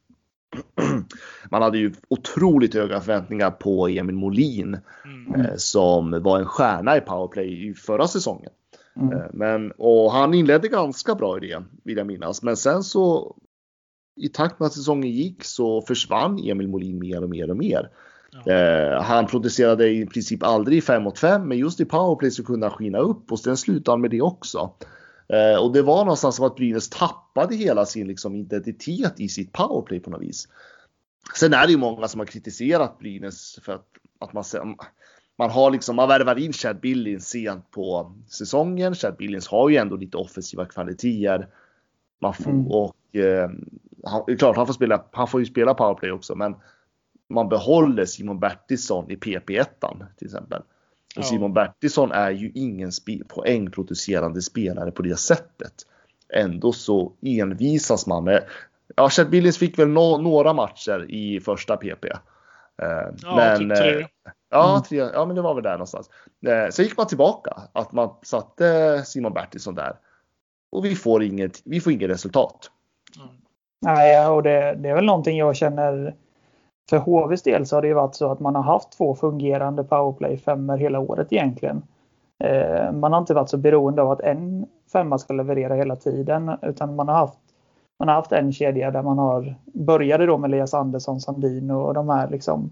Man hade ju otroligt höga förväntningar på Emil Molin mm. eh, som var en stjärna i powerplay i förra säsongen. Mm. Eh, men, och han inledde ganska bra i det, vill jag minnas. Men sen så i takt med att säsongen gick så försvann Emil Molin mer och mer och mer. Ja. Eh, han producerade i princip aldrig i fem mot fem, men just i powerplay så kunde han skina upp och sen slutade han med det också. Eh, och det var någonstans som att Brynäs tappade hela sin liksom, identitet i sitt powerplay på något vis. Sen är det ju många som har kritiserat Brynäs för att, att man, man har liksom, man värvar in Chad Billings sent på säsongen. Chad Billings har ju ändå lite offensiva kvaliteter. Man får, mm. och eh, han, klart han får spela, han får ju spela powerplay också, men man behåller Simon Bertilsson i P P ett till exempel. Och Simon Bertilsson är ju ingen sp- poängproducerande spelare på det sättet. Ändå så envisas man med. Ja, Chad Billings fick väl no- några matcher i första P P. Eh, ja, men, typ tre. Eh, ja, tre. Ja, men det var väl där någonstans. Eh, så gick man tillbaka. Att man satte Simon Bertilsson där. Och vi får inget, vi får inget resultat. Mm. Nej, och det, det är väl någonting jag känner. För H V:s del så har det ju varit så att man har haft två fungerande powerplay-femmer hela året egentligen. Eh, man har inte varit så beroende av att en femma ska leverera hela tiden. Utan man har haft, man har haft en kedja där man har började då med Elias Andersson, Sandin och de här liksom.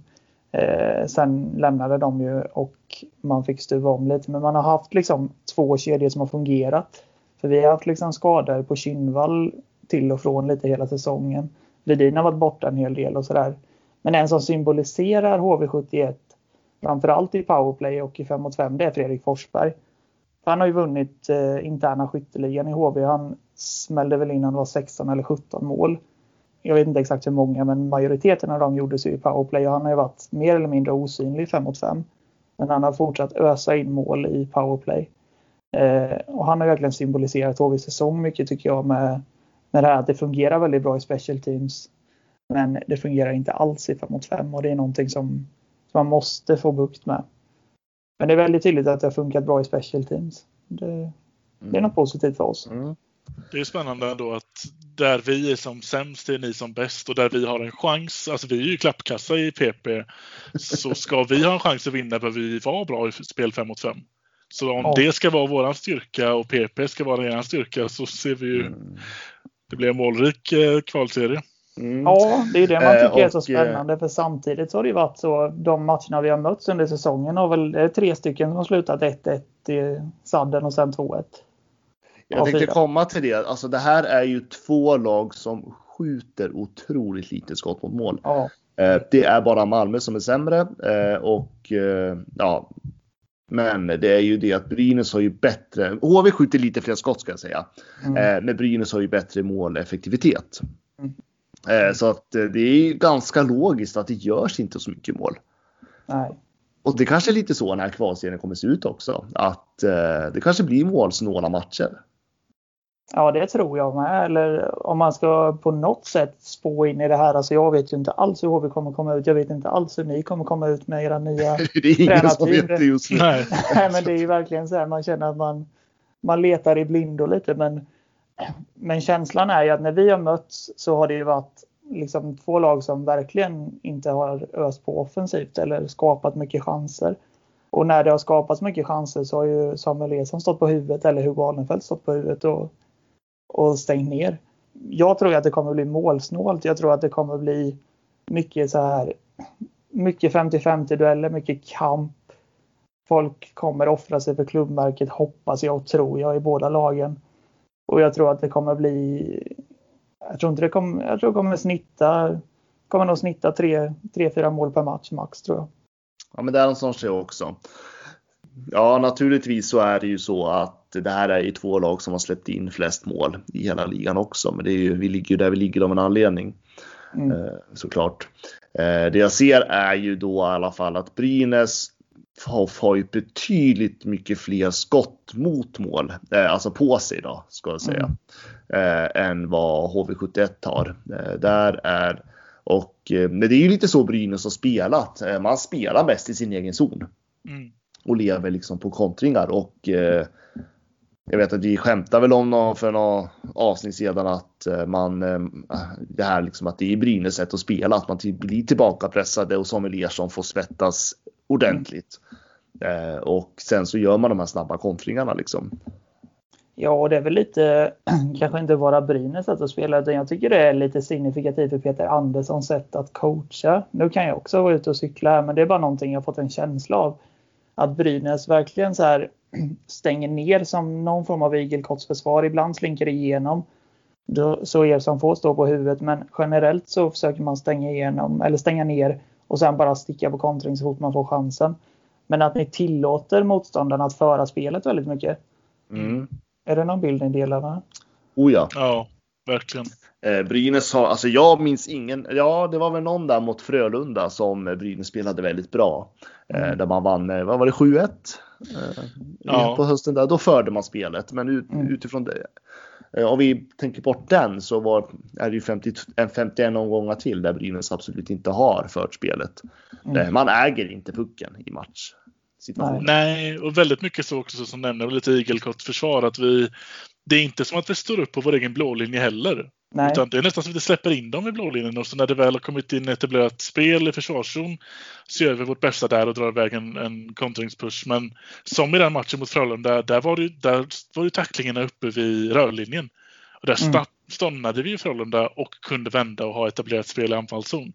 Eh, sen lämnade de ju och man fick stuva om lite. Men man har haft liksom två kedjor som har fungerat. För vi har haft liksom skador på Kinnvall till och från lite hela säsongen. Ledin har varit borta en hel del och sådär. Men en som symboliserar H V sjuttioett, framförallt i powerplay och i fem mot fem, det är Fredrik Forsberg. Han har ju vunnit eh, interna skytteligan i H V. Han smällde väl in, han var sexton eller sjutton mål. Jag vet inte exakt hur många, men majoriteten av dem gjordes ju i powerplay. Och han har ju varit mer eller mindre osynlig i fem mot fem. Men han har fortsatt ösa in mål i powerplay. Eh, och han har verkligen symboliserat H V:s säsong mycket, tycker jag, med, med det här att det fungerar väldigt bra i special teams. Men det fungerar inte alls i fem mot fem och det är någonting som, som man måste få bukt med. Men det är väldigt tydligt att det har funkat bra i special teams. Det, mm. det är något positivt för oss. Mm. Det är spännande ändå att där vi är som sämst är ni som bäst och där vi har en chans, alltså vi är ju klappkassa i P P, så ska vi ha en chans att vinna behöver vi vara bra i spel fem mot fem. Så om ja. det ska vara våran styrka och P P ska vara er styrka så ser vi ju, mm. det blir en målrik eh, kvalserie. Mm. Ja, det är det man tycker eh, och, är så spännande. För samtidigt så har det varit så, de matcherna vi har mötts under säsongen har väl tre stycken som har slutat ett ett i sadden och sen två ett. Jag tänkte komma till det. Alltså det här är ju två lag som skjuter otroligt lite skott mot mål. Ja. Det är bara Malmö som är sämre. Och ja, men det är ju det att Brynäs har ju bättre. H V skjuter lite fler skott ska jag säga. Mm. Men Brynäs har ju bättre måleffektivitet. Mm. Så att det är ganska logiskt att det görs inte så mycket mål. Nej. Och det kanske är lite så när kvalserien kommer se ut också. Att det kanske blir målsnåla matcher. Ja, det tror jag med. Eller om man ska på något sätt spå in i det här. Alltså jag vet ju inte alls hur H V kommer komma ut. Jag vet inte alls hur ni kommer komma ut med era nya det är ingen som vet det just nu. Nej. Nej, men det är ju verkligen så här. Man känner att man, man letar i blindo lite. Men, men känslan är ju att när vi har mötts så har det ju varit liksom två lag som verkligen inte har öst på offensivt. Eller skapat mycket chanser. Och när det har skapats mycket chanser så har ju Samuel Ersson stått på huvudet. Eller Hugo Alnefelt stått på huvudet och och stängt ner. Jag tror att det kommer bli målsnålt. Jag tror att det kommer bli mycket så här mycket femtio femtio dueller, mycket kamp. Folk kommer offra sig för klubbmärket, hoppas jag och tror jag i båda lagen. Och jag tror att det kommer bli jag tror inte det kommer jag tror det kommer snitta kommer nog snitta tre fyra mål per match max tror jag. Ja, men det är en sån sak också. Ja, naturligtvis så är det ju så att det här är ju två lag som har släppt in flest mål i hela ligan också. Men det är ju, vi ligger ju där vi ligger av en anledning. Mm. Eh, såklart. Eh, det jag ser är ju då i alla fall att Brynäs har, har ju betydligt mycket fler skott mot mål. Eh, alltså på sig då, ska jag säga. Mm. Eh, än vad H V sjuttioett har. Eh, där är... Och, eh, men det är ju lite så Brynäs har spelat. Eh, man spelar bäst i sin egen zon. Mm. Och lever liksom på kontringar. Och eh, jag vet att vi skämtar väl om någon, för några avsnitt sedan att eh, man eh, det här liksom att det är Brynäs sätt att spela. Att man till, blir tillbaka pressade och Samuel Ersson får svettas ordentligt. Mm. Eh, och sen så gör man de här snabba kontringarna liksom. Ja, och det är väl lite kanske inte bara Brynäs sätt att spela, utan jag tycker det är lite signifikativt för Peter Anderssons sätt att coacha. Nu kan jag också vara ute och cykla här, men det är bara någonting jag fått en känsla av. Att Brynäs verkligen så här stänger ner som någon form av igelkottsförsvar. Ibland slinker det igenom. Då, så er som får stå på huvudet. Men generellt så försöker man stänga igenom eller stänga ner och sen bara sticka på kontring så fort man får chansen. Men att ni tillåter motståndarna att föra spelet väldigt mycket. Mm. Är det någon bild ni delar med? Oh ja. Ja, verkligen. Eh, Brynäs har, alltså jag minns ingen, ja det var väl någon där mot Frölunda som Brynäs spelade väldigt bra. Eh, mm. Där man vann, vad var det, sju ett? Eh, ja. På hösten där, då förde man spelet. Men ut, mm. utifrån det, eh, om vi tänker bort den så var, är det ju femtio, femtioen omgångar till där Brynäs absolut inte har fört spelet. Mm. Eh, man äger inte pucken i match. Nej. Nej, och väldigt mycket så också som nämner lite igelkottförsvar att vi, det är inte som att vi står upp på vår egen blålinje heller. Nej. Utan det är nästan som att vi släpper in dem i blålinjen och så när det väl har kommit in etablerat spel i försvarszon så gör vi vårt bästa där och drar iväg en, en kontringspush. Men som i den matchen mot Frölunda, där var det, där var det tacklingarna uppe vid rörlinjen. Och där mm. stannade vi i Frölunda och kunde vända och ha etablerat spel i anfallszon.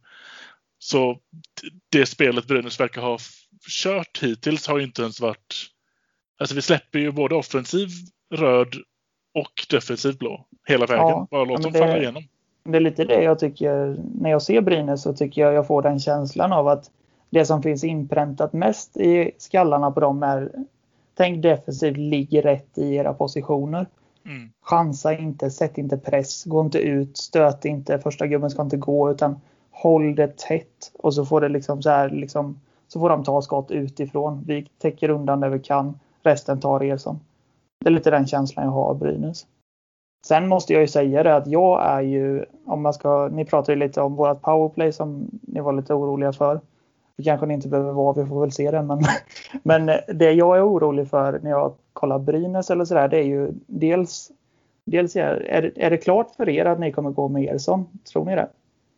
Så det spelet Brynäs verkar ha kört hittills har ju inte ens varit... Alltså vi släpper ju både offensiv röd och defensiv blå hela vägen. Ja, bara låt dem det, falla igenom. Det är lite det jag tycker. När jag ser Brynäs så tycker jag jag får den känslan av att det som finns inpräntat mest i skallarna på dem är tänk defensivt, ligg rätt i era positioner. Mm. Chansa inte, sätt inte press, gå inte ut, stöt inte, första gubben ska inte gå utan håll det tätt och så får det liksom så här liksom, så får de ta skott utifrån. Vi täcker undan där vi kan, resten tar Ersson. Det är lite den känslan jag har av Brynäs. Sen måste jag ju säga det att jag är ju, om man ska, ni pratar ju lite om vårat powerplay som ni var lite oroliga för. Det kanske ni inte behöver vara, vi får väl se det. Men, men det jag är orolig för när jag kollar Brynäs eller sådär, det är ju dels, dels är, är, det, är det klart för er att ni kommer gå med Ersson? Tror ni det?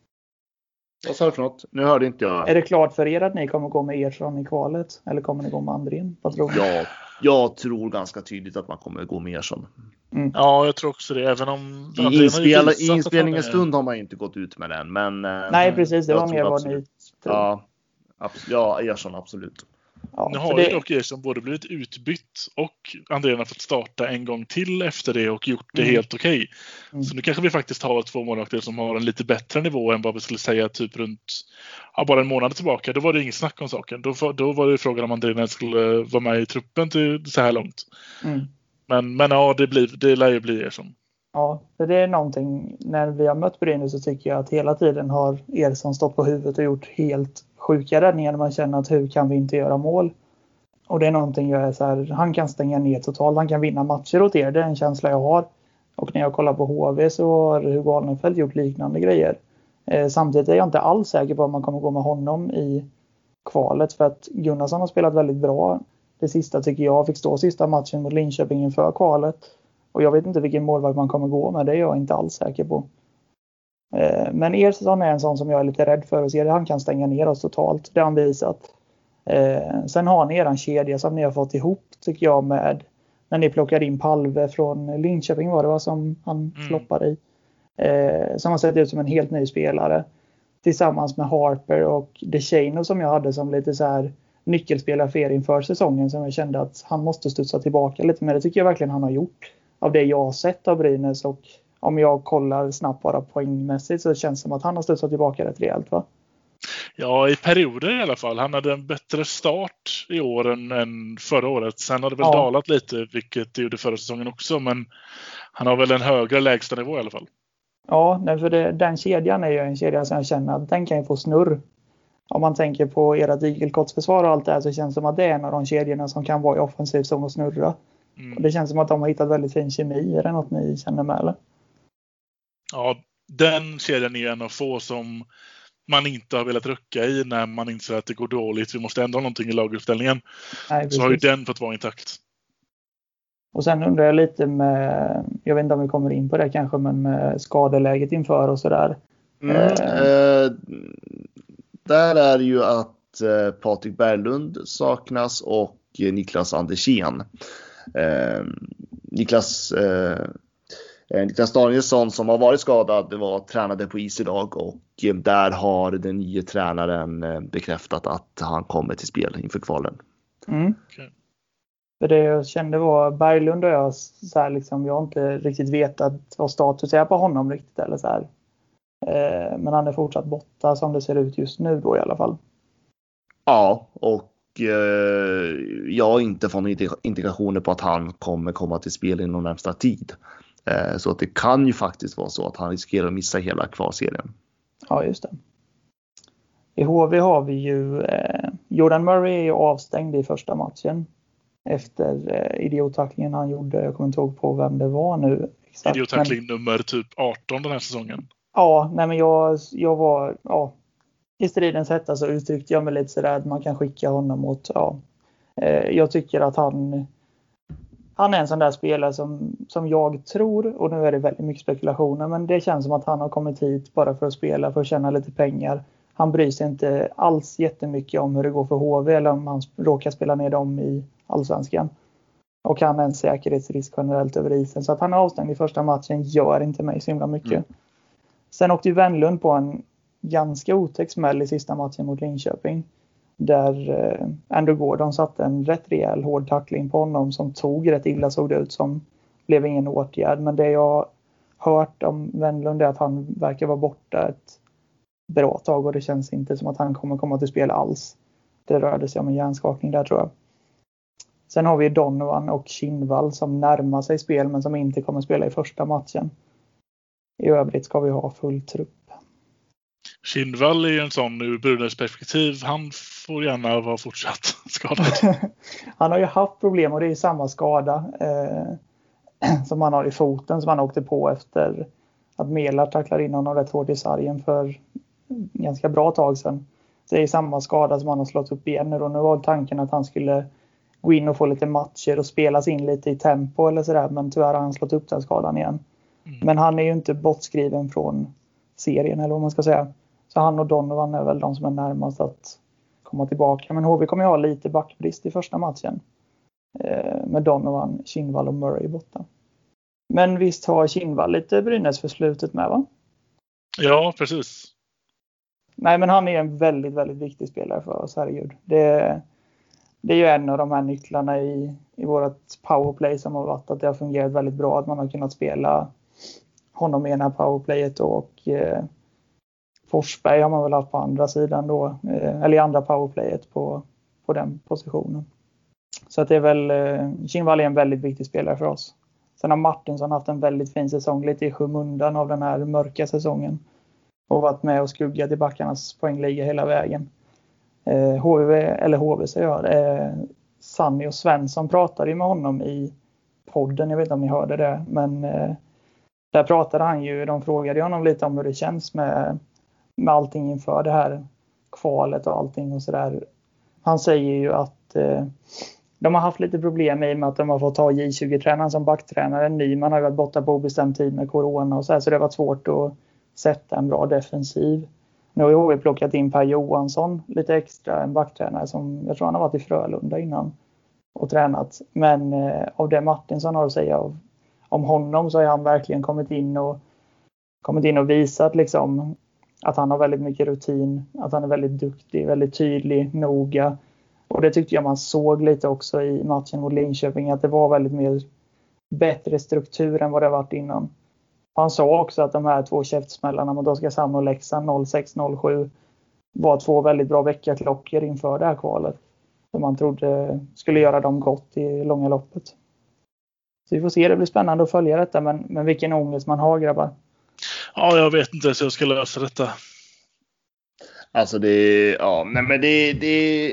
Vad sa du för något? Nu hörde inte jag. Är det klart för er att ni kommer gå med Ersson i kvalet? Eller kommer ni gå med Andrén? Vad tror ni? Ja, jag tror ganska tydligt att man kommer gå med Ersson. Mm. Ja, jag tror också det. Även om I, inspel, i inspelningens är... stund har man ju inte gått ut med den. Men, nej, precis. Det var mer vad ni... Ja, abs- ja, Ersson absolut. Ja, nu har det... ju dock Ersson både blivit utbytt och Andrén har fått starta en gång till efter det och gjort det mm. helt okej. Okay. Mm. Så nu kanske vi faktiskt har två målvakter som har en lite bättre nivå än vad vi skulle säga typ runt ja, bara en månad tillbaka. Då var det inget snack om saken. Då, då var det frågan om Andrén skulle vara med i truppen till så här långt. Mm. Men, men ja, det, blir, det lär ju bli Ersson. Ja, för det är någonting, när vi har mött Brynäs så tycker jag att hela tiden har Ersson stått på huvudet och gjort helt sjuka räddningar när man känner att hur kan vi inte göra mål? Och det är någonting jag är så här, han kan stänga ner totalt, han kan vinna matcher åt er, det är en känsla jag har. Och när jag kollar på H V så har Hugo Alnefelt gjort liknande grejer. Eh, samtidigt är jag inte alls säker på att man kommer gå med honom i kvalet, för att Gunnarsson har spelat väldigt bra. Det sista tycker jag fick stå sista matchen mot Linköping inför kvalet. Och jag vet inte vilken målvakt man kommer gå med, det är jag inte alls säker på. Eh, men Ersson är en sån som jag är lite rädd för att se. Han kan stänga ner oss totalt, det har han visat. Eh, sen har ni eran kedja som ni har fått ihop tycker jag med när ni plockar in Palve från Linköping var det va, som han mm. floppade i. Eh, som har sett ut som en helt ny spelare. Tillsammans med Harper och DeShano som jag hade som lite så här nyckelspelare för er inför säsongen, som jag kände att han måste studsa tillbaka lite. Men det tycker jag verkligen han har gjort av det jag har sett av Brynäs, och om jag kollar snabbt bara poängmässigt så känns det som att han har studsat tillbaka rätt rejält va? Ja, i perioder i alla fall. Han hade en bättre start i år än, än förra året. Sen har det väl ja. dalat lite, vilket det gjorde förra säsongen också. Men han har väl en högre lägsta nivå i alla fall. Ja, för det, den kedjan är ju en kedja som jag känner att den kan ju få snurr. Om man tänker på era digelkottsförsvar och allt det här så känns det som att det är en av de kedjorna som kan vara i offensiv zon och snurra. Mm. Och det känns som att de har hittat väldigt fin kemi. Är det något ni känner med eller? Ja, den kedjan är en av få som man inte har velat rucka i när man inser att det går dåligt. Vi måste ändra någonting i laguppställningen. Nej, så har ju den fått vara intakt. Och sen undrar jag lite med, jag vet inte om vi kommer in på det kanske, men med skadeläget inför och sådär. Mm, eh, där är ju att eh, Patrik Berglund saknas och eh, Niklas Andersén. Eh, Niklas... Eh, Niklas Danielsson som har varit skadad var tränade på is idag, och där har den nya tränaren bekräftat att han kommer till spel inför kvalen. Mm. Okay. För det jag kände var Berglund och jag så här liksom, jag har inte riktigt vetat vad status är på honom riktigt eller så här. Eh, men han är fortsatt borta som det ser ut just nu då i alla fall. Ja, och eh, jag har inte fått indikationer på att han kommer komma till spel inom närmsta tid. Så att det kan ju faktiskt vara så att han riskerar att missa hela kvalserien. Ja, just det. I H V har vi ju eh, Jordan Murray är ju avstängd i första matchen. Efter eh, idiottacklingen han gjorde. Jag kommer inte ihåg på vem det var nu. Idiottackling men... nummer typ arton den här säsongen. Ja, nej men jag, jag var... Ja, i stridens hetta så uttryckte jag mig lite sådär att man kan skicka honom mot... Ja, eh, jag tycker att han... Han är en sån där spelare som, som jag tror, och nu är det väldigt mycket spekulationer, men det känns som att han har kommit hit bara för att spela, för att tjäna lite pengar. Han bryr sig inte alls jättemycket om hur det går för H V eller om han råkar spela ner dem i Allsvenskan. Och han är en säkerhetsrisk generellt över isen. Så att han är avstängd i första matchen gör inte mig så himla mycket. Mm. Sen åkte ju Wennlund på en ganska otäck smäll i sista matchen mot Linköping. Där eh, Andrew Gordon satte en rätt rejäl hård tackling på honom som tog rätt illa, såg det ut som. Blev ingen åtgärd. Men det jag hört om Wennlund är att han verkar vara borta ett bra tag, och det känns inte som att han kommer komma till spel alls. Det rörde sig om en hjärnskakning där tror jag. Sen har vi Donovan och Kinnvall som närmar sig spel men som inte kommer spela i första matchen. I övrigt ska vi ha full trupp. Kinnvall är en sån ur Brynäs perspektiv. Han får gärna vara fortsatt skadad. Han har ju haft problem, och det är samma skada eh, som han har i foten som han åkte på efter att Melar tacklar in honom rätt hårt i sargen för ganska bra tag sedan. Det är samma skada som han har slått upp igen, och nu var tanken att han skulle gå in och få lite matcher och spelas in lite i tempo eller sådär, men tyvärr har han slått upp den skadan igen. Mm. Men han är ju inte bortskriven från serien eller vad man ska säga. Så han och Donovan är väl de som är närmast att komma tillbaka. Men H V kommer ju ha lite backbrist i första matchen. Eh, med Donovan, Kinnvall och Murray borta. Men visst har Kinnvall lite Brynäs för slutet med, va? Ja, precis. Nej, men han är en väldigt, väldigt viktig spelare för oss, herregud. Det, det är ju en av de här nycklarna i, i vårt powerplay som har varit att det har fungerat väldigt bra. Att man har kunnat spela honom i ena powerplayet och eh, Forsberg har man väl haft på andra sidan då. Eh, eller i andra powerplayet på, på den positionen. Så att det är väl, eh, Kinnvall är en väldigt viktig spelare för oss. Sen har Martinsson haft en väldigt fin säsong, lite i skymundan av den här mörka säsongen. Och varit med och skuggat i backarnas poängliga hela vägen. Eh, H V, eller H V säger jag, eh, Sanny och Svensson pratade ju med honom i podden, jag vet inte om ni hörde det. Men eh, där pratade han ju, de frågade honom lite om hur det känns med, med allting inför det här kvalet och allting och sådär. Han säger ju att eh, de har haft lite problem i och med att de har fått ta J tjugo-tränaren som backtränare. Nyman har ju varit borta på obestämd tid med corona och så här, så det har varit svårt att sätta en bra defensiv. Nu har ju H V plockat in Per Johansson lite extra, en backtränare som jag tror han har varit i Frölunda innan och tränat. Men eh, av det Martinsson har att säga av, om honom så har han verkligen kommit in och kommit in och visat liksom att han har väldigt mycket rutin, att han är väldigt duktig, väldigt tydlig, noga. Och det tyckte jag man såg lite också i matchen mot Linköping, att det var väldigt mer bättre struktur än vad det varit innan. Han sa också att de här två käftsmällarna mot Oskarshamn och Leksand noll sex noll sju var två väldigt bra väckarklockor inför det här kvalet. Som man trodde skulle göra dem gott i långa loppet. Så vi får se, det blir spännande att följa detta, men, men vilken ångest man har, grabbar. Ja, jag vet inte så jag ska lösa detta. Alltså det, ja, nej men det, det,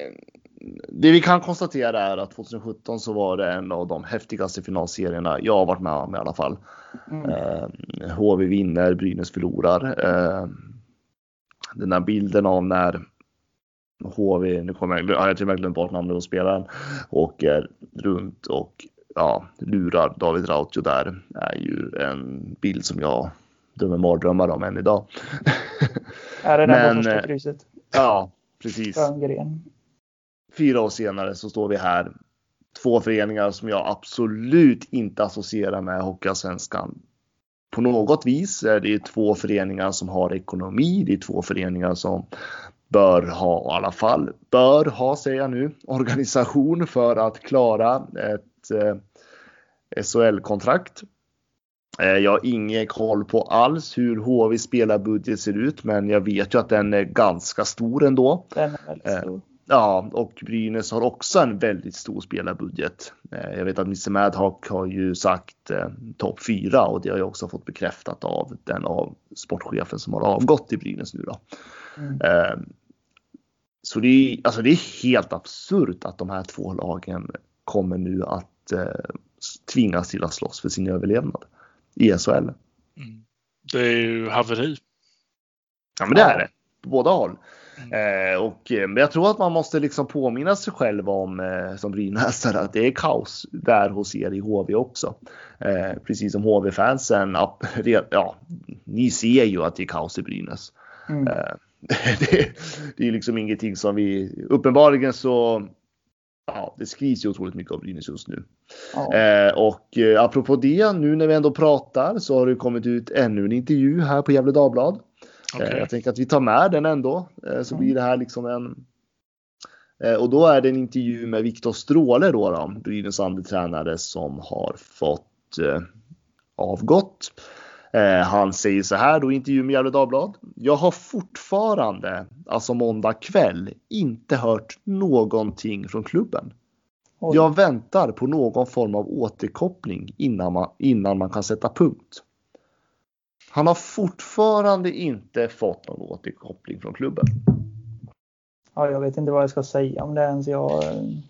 det vi kan konstatera är att tjugohundrasjutton så var det en av de häftigaste finalserierna jag har varit med om i alla fall. Mm. Eh, H V vinner, Brynäs förlorar. Eh, den här bilden av när H V, nu kommer jag, jag tror jag glömt bort namnet och spelaren, åker runt och ja, lurar David Rautio där, är ju en bild som jag dömer mardrömmar om än idag. Är det den på första krysset? Ja, precis. Röngren. Fyra år senare så står vi här. Två föreningar som jag absolut inte associerar med Hockeyallsvenskan. På något vis är det två föreningar som har ekonomi. Det är två föreningar som bör ha, i alla fall, bör ha, säger jag nu, organisation för att klara ett eh, S H L-kontrakt. Jag har ingen koll på alls hur H V spelarbudget ser ut, men jag vet ju att den är ganska stor ändå. Den är väldigt stor. Ja, och Brynäs har också en väldigt stor spelarbudget. Jag vet att mister Madhawk har ju sagt eh, topp fyra, och det har jag också fått bekräftat av den av sportchefen som har avgått i Brynäs nu då. Mm. Eh, så det är, alltså det är helt absurt att de här två lagen kommer nu att eh, tvingas till att slåss för sin överlevnad i S H L. Mm. Det är ju haveri. Ja, men det är det. På båda håll. Mm. Eh, och eh, jag tror att man måste liksom påminna sig själv om, eh, som Brynäsare, att det är kaos där hos er i H V också. Eh, precis som H V-fansen, ja, ni ser ju att det är kaos i Brynäs. Mm. Eh, det, det är liksom ingenting som vi, uppenbarligen så, ja, det skrivs ju otroligt mycket om Brynäs just nu. Ja. Eh, och eh, apropå det, nu när vi ändå pratar så har det kommit ut ännu en intervju här på Gefle Dagblad. Okay. Eh, jag tänker att vi tar med den ändå. Eh, så mm. blir det här liksom en... Eh, och då är det en intervju med Viktor Stråle då, då Brynäs andra tränare som har fått eh, avgått. Eh, han säger så här då i intervju med Gefle Dagblad: jag har fortfarande, alltså måndag kväll, inte hört någonting från klubben. Oj. Jag väntar på någon form av återkoppling innan man, innan man kan sätta punkt. Han har fortfarande inte fått någon återkoppling från klubben. Ja, jag vet inte vad jag ska säga om det ens. Jag,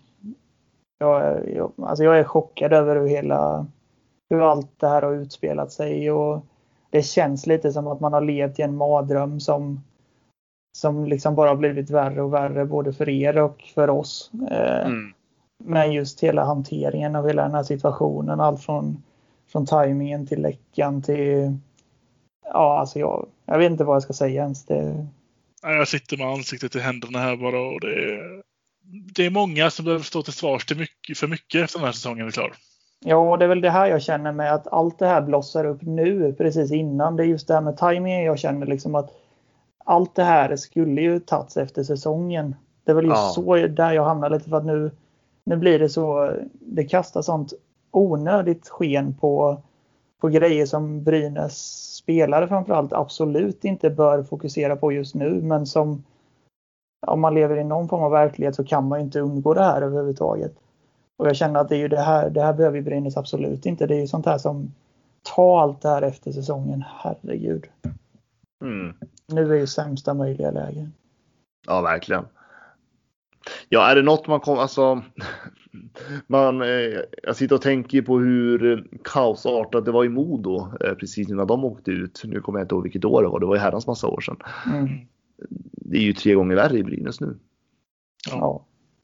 jag, jag, alltså jag är chockad över hur, hela, hur allt det här har utspelat sig. Och det känns lite som att man har levt i en mardröm som, som liksom bara har blivit värre och värre både för er och för oss. Mm. Men just hela hanteringen av hela den här situationen, allt från, från tajmingen till läckan till... Ja, alltså jag, jag vet inte vad jag ska säga ens. Det... Jag sitter med ansiktet i händerna här bara, och det är, det är många som behöver stå till svars till mycket, för mycket efter den här säsongen är klar. Ja, det är väl det här jag känner med att allt det här blossar upp nu precis innan. Det är just det här med timingen jag känner liksom att allt det här skulle ju tagits efter säsongen. Det är väl just Ja. så där jag hamnar lite, för att nu, nu blir det så, det kastar sånt onödigt sken på, på grejer som Brynäs spelare framförallt absolut inte bör fokusera på just nu, men som om man lever i någon form av verklighet så kan man ju inte undgå det här överhuvudtaget. Och jag känner att det är ju det här, det här behöver ju Brynäs absolut inte. Det är ju sånt här som tar allt det här efter säsongen, herregud. Mm. Nu är ju sämsta möjliga läge. Ja, verkligen. Ja, är det något man kommer, alltså man, eh, jag sitter och tänker på hur kaosartat det var i Modo eh, precis innan de åkte ut. Nu kommer jag inte ihåg vilket år det var, det var ju herrans massa år sedan. Mm. Det är ju tre gånger värre i Brynäs nu. Ja.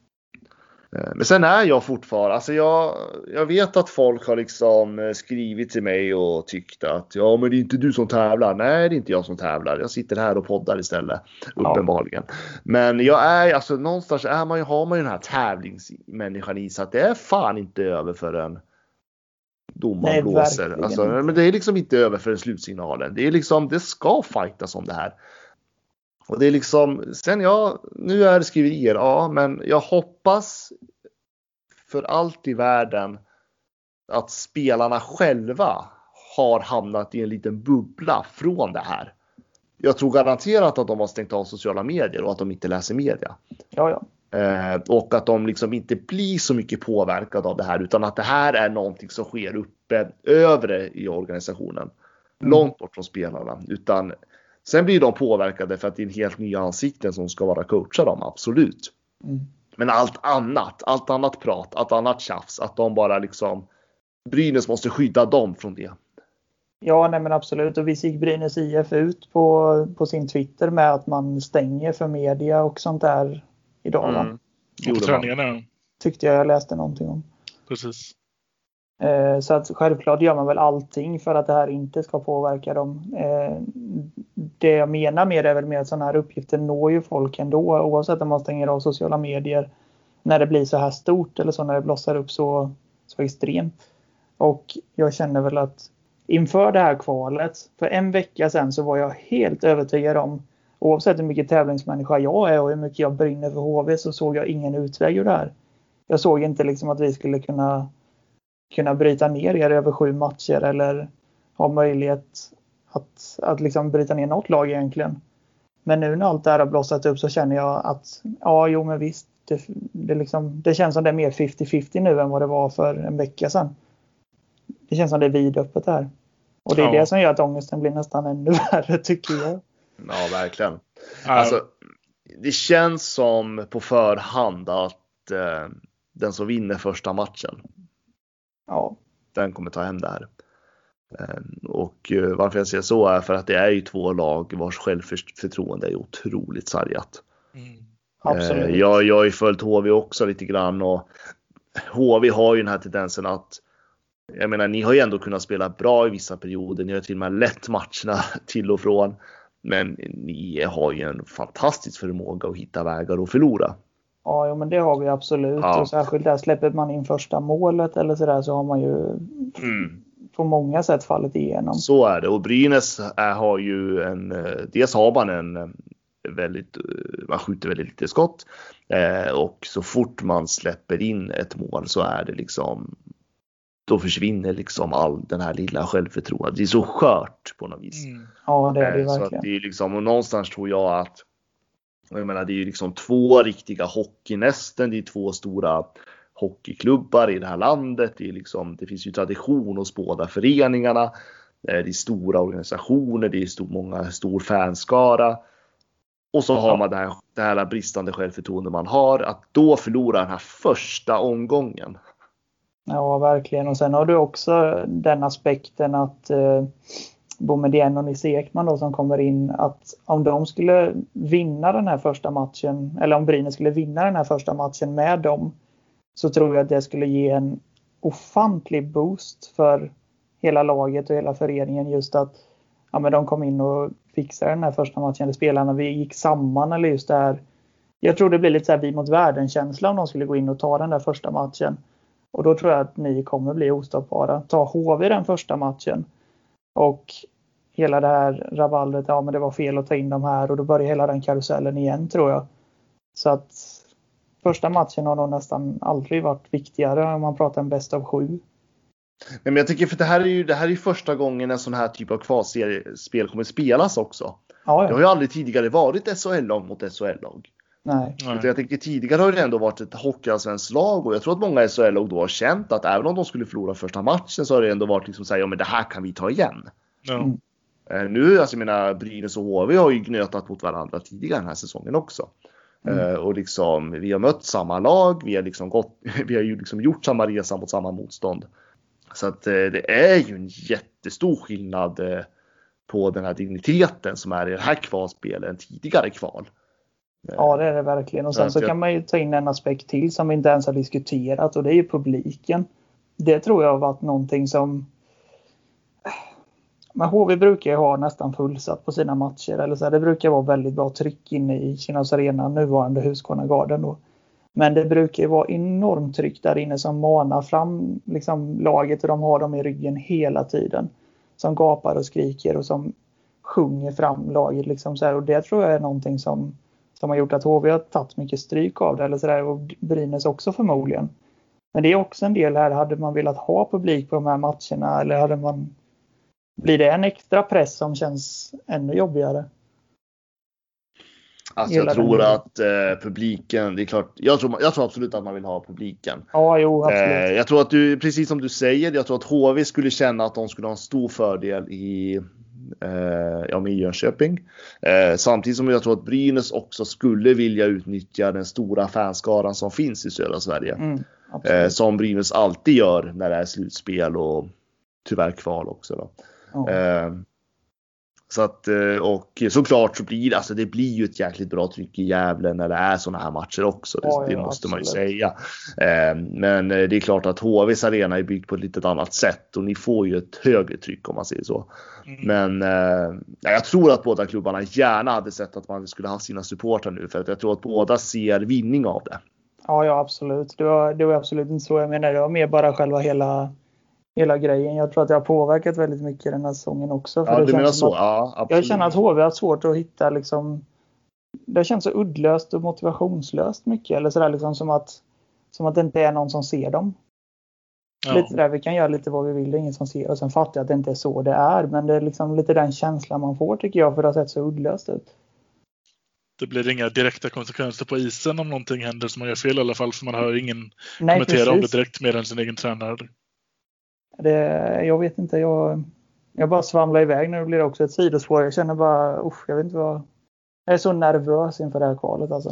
Eh, men sen är jag fortfarande, alltså jag, jag vet att folk har liksom skrivit till mig och tyckt att ja, men det är inte du som tävlar. Nej, det är inte jag som tävlar. Jag sitter här och poddar istället, Ja. uppenbarligen. Men jag är, alltså någonstans är man ju, har man ju den här tävlingsmänniskan i, så att det är fan inte över för en domaren Nej, blåser. verkligen Alltså, inte. men det är liksom inte över för en slutsignalen. Det är liksom, det ska fightas om det här. Och det är liksom, sen jag, nu är det skriverier, ja, men jag hoppas för allt i världen att spelarna själva har hamnat i en liten bubbla från det här. Jag tror garanterat att de har stängt av sociala medier och att de inte läser media. Ja, ja. Eh, och att de liksom inte blir så mycket påverkade av det här, utan att det här är någonting som sker uppe övre i organisationen. Mm. Långt bort från spelarna. Utan sen blir de påverkade för att det är en helt nya ansikten som ska vara coacha dem, absolut. Mm. Men allt annat, allt annat prat, allt annat tjafs, att de bara liksom, Brynäs måste skydda dem från det. Ja, nej men absolut. Och vi gick Brynäs I F ut på, på sin Twitter med att man stänger för media och sånt där idag, va? Mm. Och på Gjorde man. träningarna. Tyckte jag jag läste någonting om. Precis. Eh, så att självklart gör man väl allting för att det här inte ska påverka dem. Eh, det jag menar med det är väl mer att sådana här uppgifter når ju folk ändå, oavsett om man stänger av sociala medier när det blir så här stort eller så, när det blossar upp så, så extremt. Och jag känner väl att inför det här kvalet, för en vecka sedan, så var jag helt övertygad om, oavsett hur mycket tävlingsmänniska jag är och hur mycket jag brinner för H V, så såg jag ingen utväg ur det här. Jag såg inte liksom att vi skulle kunna kunna bryta ner er över sju matcher eller ha möjlighet att, att liksom bryta ner något lag egentligen. Men nu när allt det här har blossat upp så känner jag att ja, jo men visst, det, det, liksom, det känns som det är mer femtio femtio nu än vad det var för en vecka sedan. Det känns som det är vidöppet här. Och det är Ja. det som gör att ångesten blir nästan ännu värre, tycker jag. Ja, verkligen. Ja. Alltså, det känns som på förhand att eh, den som vinner första matchen, Ja, den kommer ta hem det här. Eh, och eh, varför jag säger så är för att det är ju två lag vars självförtroende är otroligt sargat. Mm. absolut. Eh, jag, jag har ju följt H V också lite grann, och H V har ju den här tendensen att, jag menar, ni har ju ändå kunnat spela bra i vissa perioder. Ni har till och med lätt matcherna till och från. Men ni har ju en fantastisk förmåga att hitta vägar och förlora. Ja, jo, men det har vi absolut. Ja. Och särskilt där släpper man in första målet eller sådär, så har man ju Mm. på många sätt fallit igenom. Så är det. Och Brynäs är, har ju en, dels har man en väldigt, man skjuter väldigt lite skott. Eh, och så fort man släpper in ett mål så är det liksom, då försvinner liksom all den här lilla självförtroendet. Det är så skört på något vis. Mm. Ja, det är det Eh, så att verkligen. det är liksom, och någonstans tror jag att, jag menar, det är ju liksom två riktiga hockeynästen, det är två stora hockeyklubbar i det här landet. Det är liksom, det finns ju tradition hos båda föreningarna. Eh, Det är stora organisationer, det är stor, många stor fanskara. Och så har man det här, det här bristande självförtroende man har, att då förlora den här första omgången. Ja, verkligen. Och sen har du också den aspekten att eh, Boumedienne och Nisse Ekman då, som kommer in, att om de skulle vinna den här första matchen, eller om Brynäs skulle vinna den här första matchen med dem, så tror jag att det skulle ge en ofantlig boost för hela laget och hela föreningen, just att ja, men de kom in och fixade den här första matchen, eller spelarna, vi gick samman, eller just det här. Jag tror det blir lite så här vi mot världen-känsla om de skulle gå in och ta den där första matchen. Och då tror jag att ni kommer bli ostoppbara. Ta H V den första matchen. Och hela det här rabaldret, ja men det var fel att ta in de här. Och då börjar hela den karusellen igen, tror jag. Så att första matchen har nog nästan aldrig varit viktigare om man pratar en bäst av sju. Nej, men jag tycker för det här är ju det här är ju första gången en sån här typ av kvalspel kommer spelas också. Ja, ja. Det har ju aldrig tidigare varit S H L-lag mot S H L-lag. Nej. Nej. Jag tänker tidigare har det ändå varit ett hockeyallsvenskt lag och jag tror att många S H L-lag då har känt att även om de skulle förlora första matchen så har det ändå varit liksom säga ja men det här kan vi ta igen. Ja. Mm. Eh, nu alltså jag menar Brynäs och H V har ju gnötat mot varandra tidigare den här säsongen också. Mm. Eh, och liksom vi har mött samma lag, vi har liksom gått vi har ju liksom gjort samma resa mot samma motstånd. Så att eh, det är ju en jättestor skillnad eh, på den här digniteten som är i det här kvalspelet än tidigare kval. Ja, det är det verkligen. Och sen så kan man ju ta in en aspekt till som vi inte ens har diskuterat och det är ju publiken. Det tror jag har varit någonting som... Men H V brukar ju ha nästan fullsatt på sina matcher. Eller så här, det brukar vara väldigt bra tryck inne i Kinnahus Arena, nuvarande Husqvarna Garden då. Men det brukar ju vara enormt tryck där inne som manar fram liksom, laget och de har dem i ryggen hela tiden. Som gapar och skriker och som sjunger fram laget. Liksom, så här. Och det tror jag är någonting som, som har gjort att H V har tagit mycket stryk av det. Eller så där, och Brynäs också förmodligen. Men det är också en del här. Hade man velat ha publik på de här matcherna eller hade man... Blir det en extra press som känns ännu jobbigare? Alltså jag tror att eh, publiken, det är klart, jag tror, jag tror absolut att man vill ha publiken. Ja, jo, absolut. Eh, jag tror att du, precis som du säger, jag tror att H V skulle känna att de skulle ha en stor fördel i, eh, ja, med Jönköping. Eh, samtidigt som jag tror att Brynäs också skulle vilja utnyttja den stora fanskaran som finns i södra Sverige. Mm, eh, som Brynäs alltid gör när det är slutspel och tyvärr kval också då. Ja. Eh, Så att, och såklart så blir det, alltså det blir ju ett jäkligt bra tryck i Gävle när det är såna här matcher också. Det, ja, ja, det måste man ju absolut. säga. Men det är klart att H V:s arena är byggt på ett litet annat sätt och ni får ju ett högre tryck om man säger så. Mm. Men ja, jag tror att båda klubbarna gärna hade sett att man skulle ha sina supportrar nu för att jag tror att båda ser vinning av det. Ja, ja absolut. Det var, det var absolut inte så jag menar. Det var mer bara själva hela... Hela grejen. Jag tror att det har påverkat väldigt mycket den här säsongen också. För ja, det du menar så? Att, ja, absolut. Jag känner att H V har svårt att hitta liksom... Det känns så uddlöst och motivationslöst mycket. Eller sådär liksom som att, som att det inte är någon som ser dem. Ja. Lite där, vi kan göra lite vad vi vill, det är ingen som ser. Och sen fattar jag att det inte är så det är. Men det är liksom lite den känslan man får tycker jag för det har sett så uddlöst ut. Det blir inga direkta konsekvenser på isen om någonting händer som man gör fel i alla fall. För man hör ingen Nej, kommentera precis. om det direkt mer än sin egen tränare. Det, jag vet inte, jag, jag bara svamlar iväg när det blir också ett sidospår. Jag känner bara, usch, jag vet inte vad. Jag är så nervös inför det här kvalet alltså.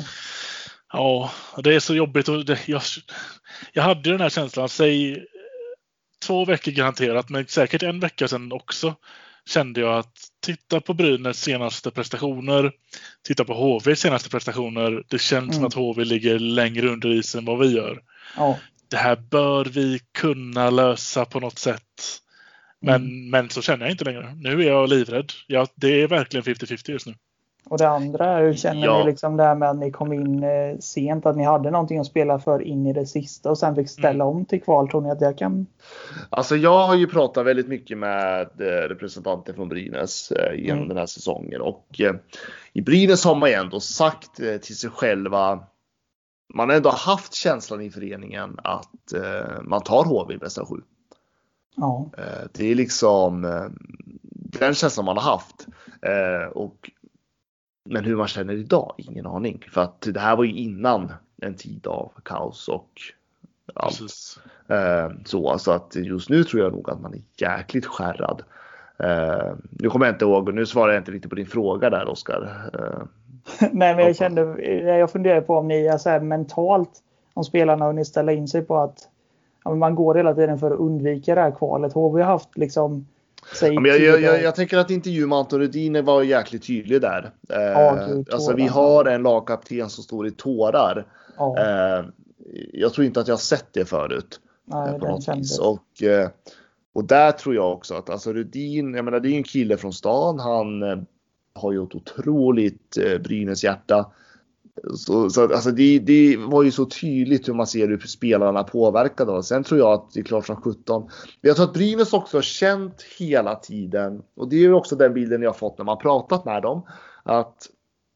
Ja, det är så jobbigt. Och det, jag, jag hade den här känslan, säg två veckor garanterat, men säkert en vecka sedan också. Kände jag att titta på Brynäs senaste prestationer, titta på H V:s senaste prestationer. Det känns mm. som att H V ligger längre under isen än vad vi gör. Ja. Det här bör vi kunna lösa på något sätt. Men, mm. men så känner jag inte längre. Nu är jag livrädd. Ja, det är verkligen femtio femtio just nu. Och det andra, hur känner ja. ni liksom det här med att ni kom in eh, sent? Att ni hade någonting att spela för in i det sista och sen fick ställa mm. om till kval. Tror ni att det kan... Alltså jag har ju pratat väldigt mycket med eh, representanter från Brynäs eh, genom mm. den här säsongen. Och eh, i Brynäs har man ju ändå sagt eh, till sig själva. Man har ändå haft känslan i föreningen att eh, man tar H V i bästa sju. Ja. Eh, det är liksom eh, den känslan man har haft. Eh, och, men hur man känner idag, ingen aning. För att det här var ju innan en tid av kaos och allt. Eh, så, så att just nu tror jag nog att man är jäkligt skärrad. Eh, nu kommer jag inte ihåg, och nu svarar jag inte riktigt på din fråga där, Oskar. Eh, Nej, men jag kände, jag funderar på om ni är så här mentalt, om spelarna och ni ställer in sig på att ja, man går hela tiden för att undvika det här kvalet. Har vi haft liksom... Ja, men jag, jag, jag, jag tänker att intervjun med Anton Rudin var jäkligt tydlig där. Eh, ja, gud, alltså vi har en lagkapten som står i tårar. Ja. Eh, jag tror inte att jag har sett det förut. Nej, på något vis. Och, eh, och där tror jag också att alltså Rudin, jag menar det är ju en kille från stan. Han eh, har ju ett otroligt eh, Brynäs hjärta. Så, så alltså det, det var ju så tydligt hur man ser hur spelarna påverkade. Och sen tror jag att det är klart som sjutton. Jag tror att Brynäs också har känt hela tiden. Och det är ju också den bilden jag har fått när man pratat med dem. Att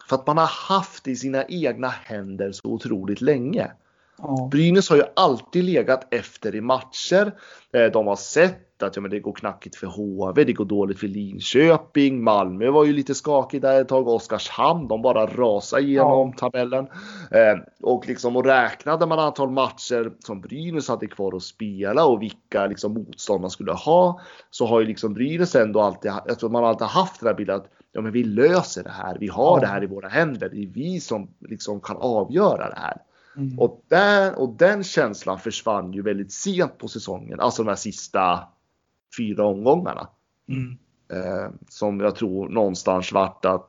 För att man har haft det i sina egna händer så otroligt länge. Ja. Brynäs har ju alltid legat efter i matcher. De har sett att ja, men det går knackigt för H V, det går dåligt för Linköping. Malmö var ju lite skakig där ett tag. Oskarshamn, de bara rasar igenom ja. tabellen. Eh, och liksom och räknade man antal matcher som Brynäs hade kvar att spela och vilka liksom motståndarna skulle ha, så har ju liksom Brynäs ändå alltid, jag tror man har alltid haft den här bilden att ja, men vi löser det här. Vi har ja. det här i våra händer. Det är vi som liksom kan avgöra det här. Mm. Och, där, och den känslan försvann ju väldigt sent på säsongen. Alltså de här sista fyra omgångarna. Mm. Eh, som jag tror någonstans vart att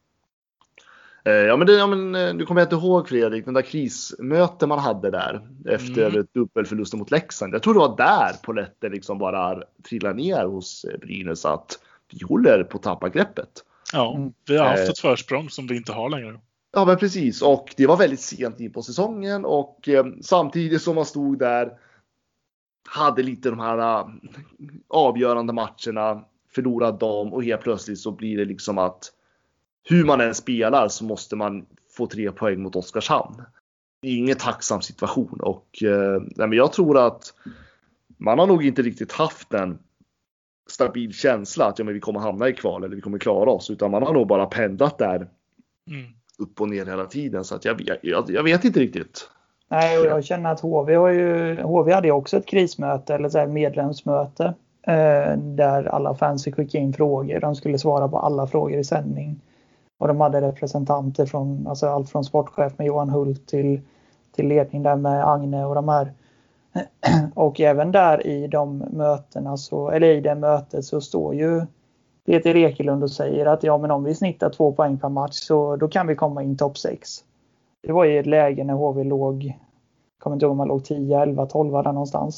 eh, ja, men det, ja, men, nu kommer jag inte ihåg Fredrik, den där krismöten man hade där efter mm. dubbelförlusten mot Leksand. Jag tror det var där polletten liksom bara trillade ner hos Brynäs att vi håller på att tappa greppet. Ja, vi har haft ett försprång som vi inte har längre. Ja, men precis. Och det var väldigt sent in på säsongen. Och eh, samtidigt som man stod där, hade lite de här uh, avgörande matcherna, förlorade dem. Och helt plötsligt så blir det liksom att hur man än spelar så måste man få tre poäng mot Oskarshamn. Det är ingen tacksam situation. Och eh, nej, men jag tror att man har nog inte riktigt haft en stabil känsla att ja, men vi kommer hamna i kval eller vi kommer klara oss. Utan man har nog bara pendlat där. Mm. upp och ner hela tiden, så att jag, jag, jag vet inte riktigt. Nej, och jag känner att H V har ju H V hade ju också ett krismöte eller så här medlemsmöte eh, där alla fans fick skicka in frågor. De skulle svara på alla frågor i sändning. Och de hade representanter från alltså allt från sportchef med Johan Hult till till ledning där med Agne och de här. Och även där i de mötena så eller i det mötet så står ju Peter Ekelund och säger att ja, men om vi snittar två poäng per match så då kan vi komma in topp sex. Det var ju ett läge när H V låg, kommer inte ihåg om man låg tio, elva, tolv där någonstans.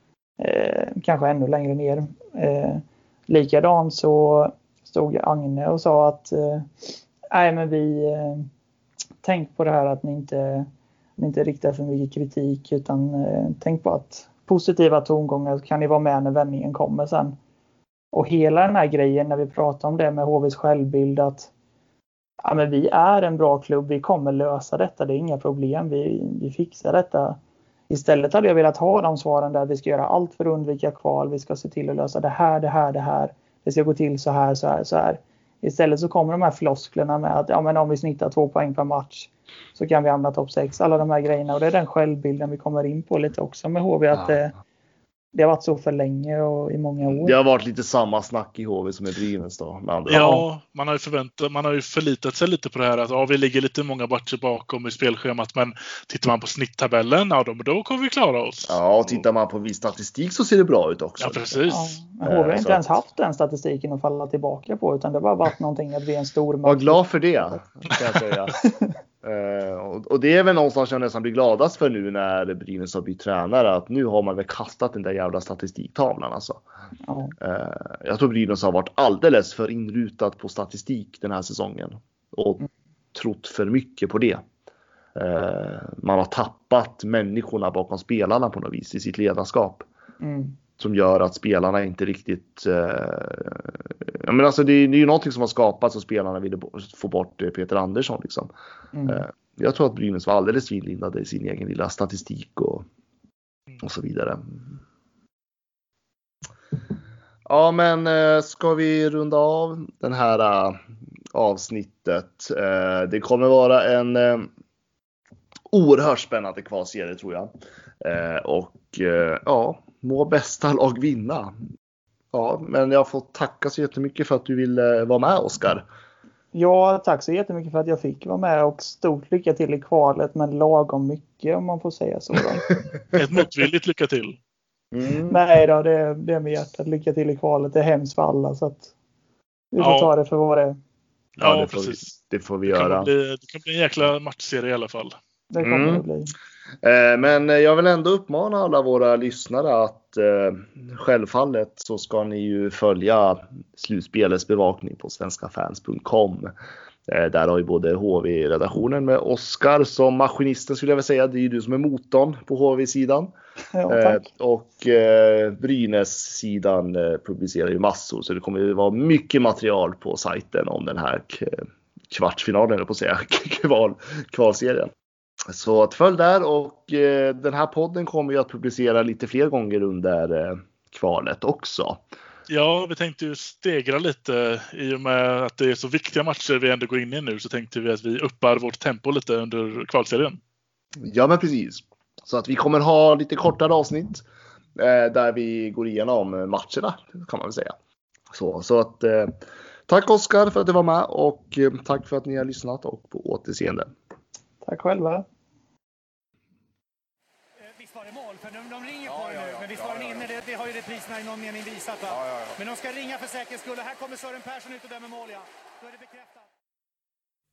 Eh, kanske ännu längre ner. Eh, likadant så stod Agne och sa att eh, nej men vi eh, tänk på det här att ni inte, ni inte riktar för mycket kritik utan eh, tänk på att positiva tongångar kan ni vara med när vändningen kommer sen. Och hela den här grejen när vi pratar om det med H V:s självbild att ja, men vi är en bra klubb, vi kommer lösa detta, det är inga problem, vi, vi fixar detta. Istället hade jag velat ha de svaren där vi ska göra allt för att undvika kval, vi ska se till att lösa det här, det här, det här. Det ska gå till så här, så här, så här. Istället så kommer de här flosklerna med att ja, men om vi snittar två poäng per match så kan vi hamna topp sex, alla de här grejerna. Och det är den självbilden vi kommer in på lite också med H V att det ja. Det har varit så för länge och i många år. Det har varit lite samma snack i H V som i Brynäs då. Ja, man har ju förväntat, man har ju förlitat sig lite på det här att ja, vi ligger lite många matcher bakom i spelschemat, men tittar man på snitttabellen, ja, då, då kommer vi klara oss. Ja, och tittar man på viss statistik så ser det bra ut också. Ja, precis. Ja, men H V har inte ens haft den statistiken att falla tillbaka på, utan det har bara varit någonting att vi är en stor match. Var glad för det, kan jag säga. Uh, och, och det är väl någonstans jag nästan blir gladast för nu när Brynäs har bytt tränare, att nu har man väl kastat den där jävla statistiktavlan alltså. Ja. Uh, jag tror Brynäs har varit alldeles för inrutat på statistik den här säsongen och mm. trott för mycket på det. Uh, man har tappat människorna bakom spelarna på något vis i sitt ledarskap. Mm. Som gör att spelarna inte riktigt uh, ja, men alltså det, det är ju någonting som har skapats och spelarna ville få bort Peter Andersson liksom. Mm. Uh, jag tror att Brynäs var alldeles vinlindade i sin egen lilla statistik och, och så vidare. Ja, men uh, ska vi runda av den här uh, avsnittet? Uh, det kommer vara en uh, oerhört spännande kvalserie tror jag. Uh, och uh, ja, må bästa lag vinna. Ja, men jag får tacka så jättemycket för att du ville vara med, Oskar. Ja, tack så jättemycket för att jag fick vara med och stort lycka till i kvalet, men lagom mycket om man får säga så. Då. Ett motvilligt lycka till. Mm. Nej då, det, det är med hjärtat. Lycka till i kvalet, det är hemskt för alla så att vi får ja. ta det för vad det är. Ja, det, får vi, det får vi det göra. Kan bli, det kan bli en jäkla matchserie i alla fall. Det kommer mm. det bli. Men jag vill ändå uppmana alla våra lyssnare att eh, självfallet så ska ni ju följa slutspelets bevakning på svenska fans punkt com. Eh, där har ju både H V-redaktionen med Oskar som maskinisten skulle jag vilja säga. Det är ju du som är motorn på H V-sidan. Ja, tack. Eh, och eh, Brynäs-sidan eh, publicerar ju massor, så det kommer ju vara mycket material på sajten om den här k- kvartsfinalen, eller på att säga, kval, kvalserien. Så att följ där, och eh, den här podden kommer ju att publicera lite fler gånger under eh, kvalet också. Ja, vi tänkte ju stegra lite i och med att det är så viktiga matcher vi ändå går in i nu, så tänkte vi att vi uppar vårt tempo lite under kvalserien. Ja, men precis. Så att vi kommer ha lite kortare avsnitt eh, där vi går igenom matcherna, kan man väl säga. Så, så att eh, tack Oskar för att du var med, och eh, tack för att ni har lyssnat, och på återseende. Tack själva. Visst var det mål? För de, de ringer på ja, det nu, ja, ja. Men visst var ja, den inne? Det, det har ju repriserna i någon mening visat. Va? Ja, ja, ja. Men de ska ringa för säkerhets skull. Här kommer Sören Persson ut och dömer mål, ja. Då är det bekräftat.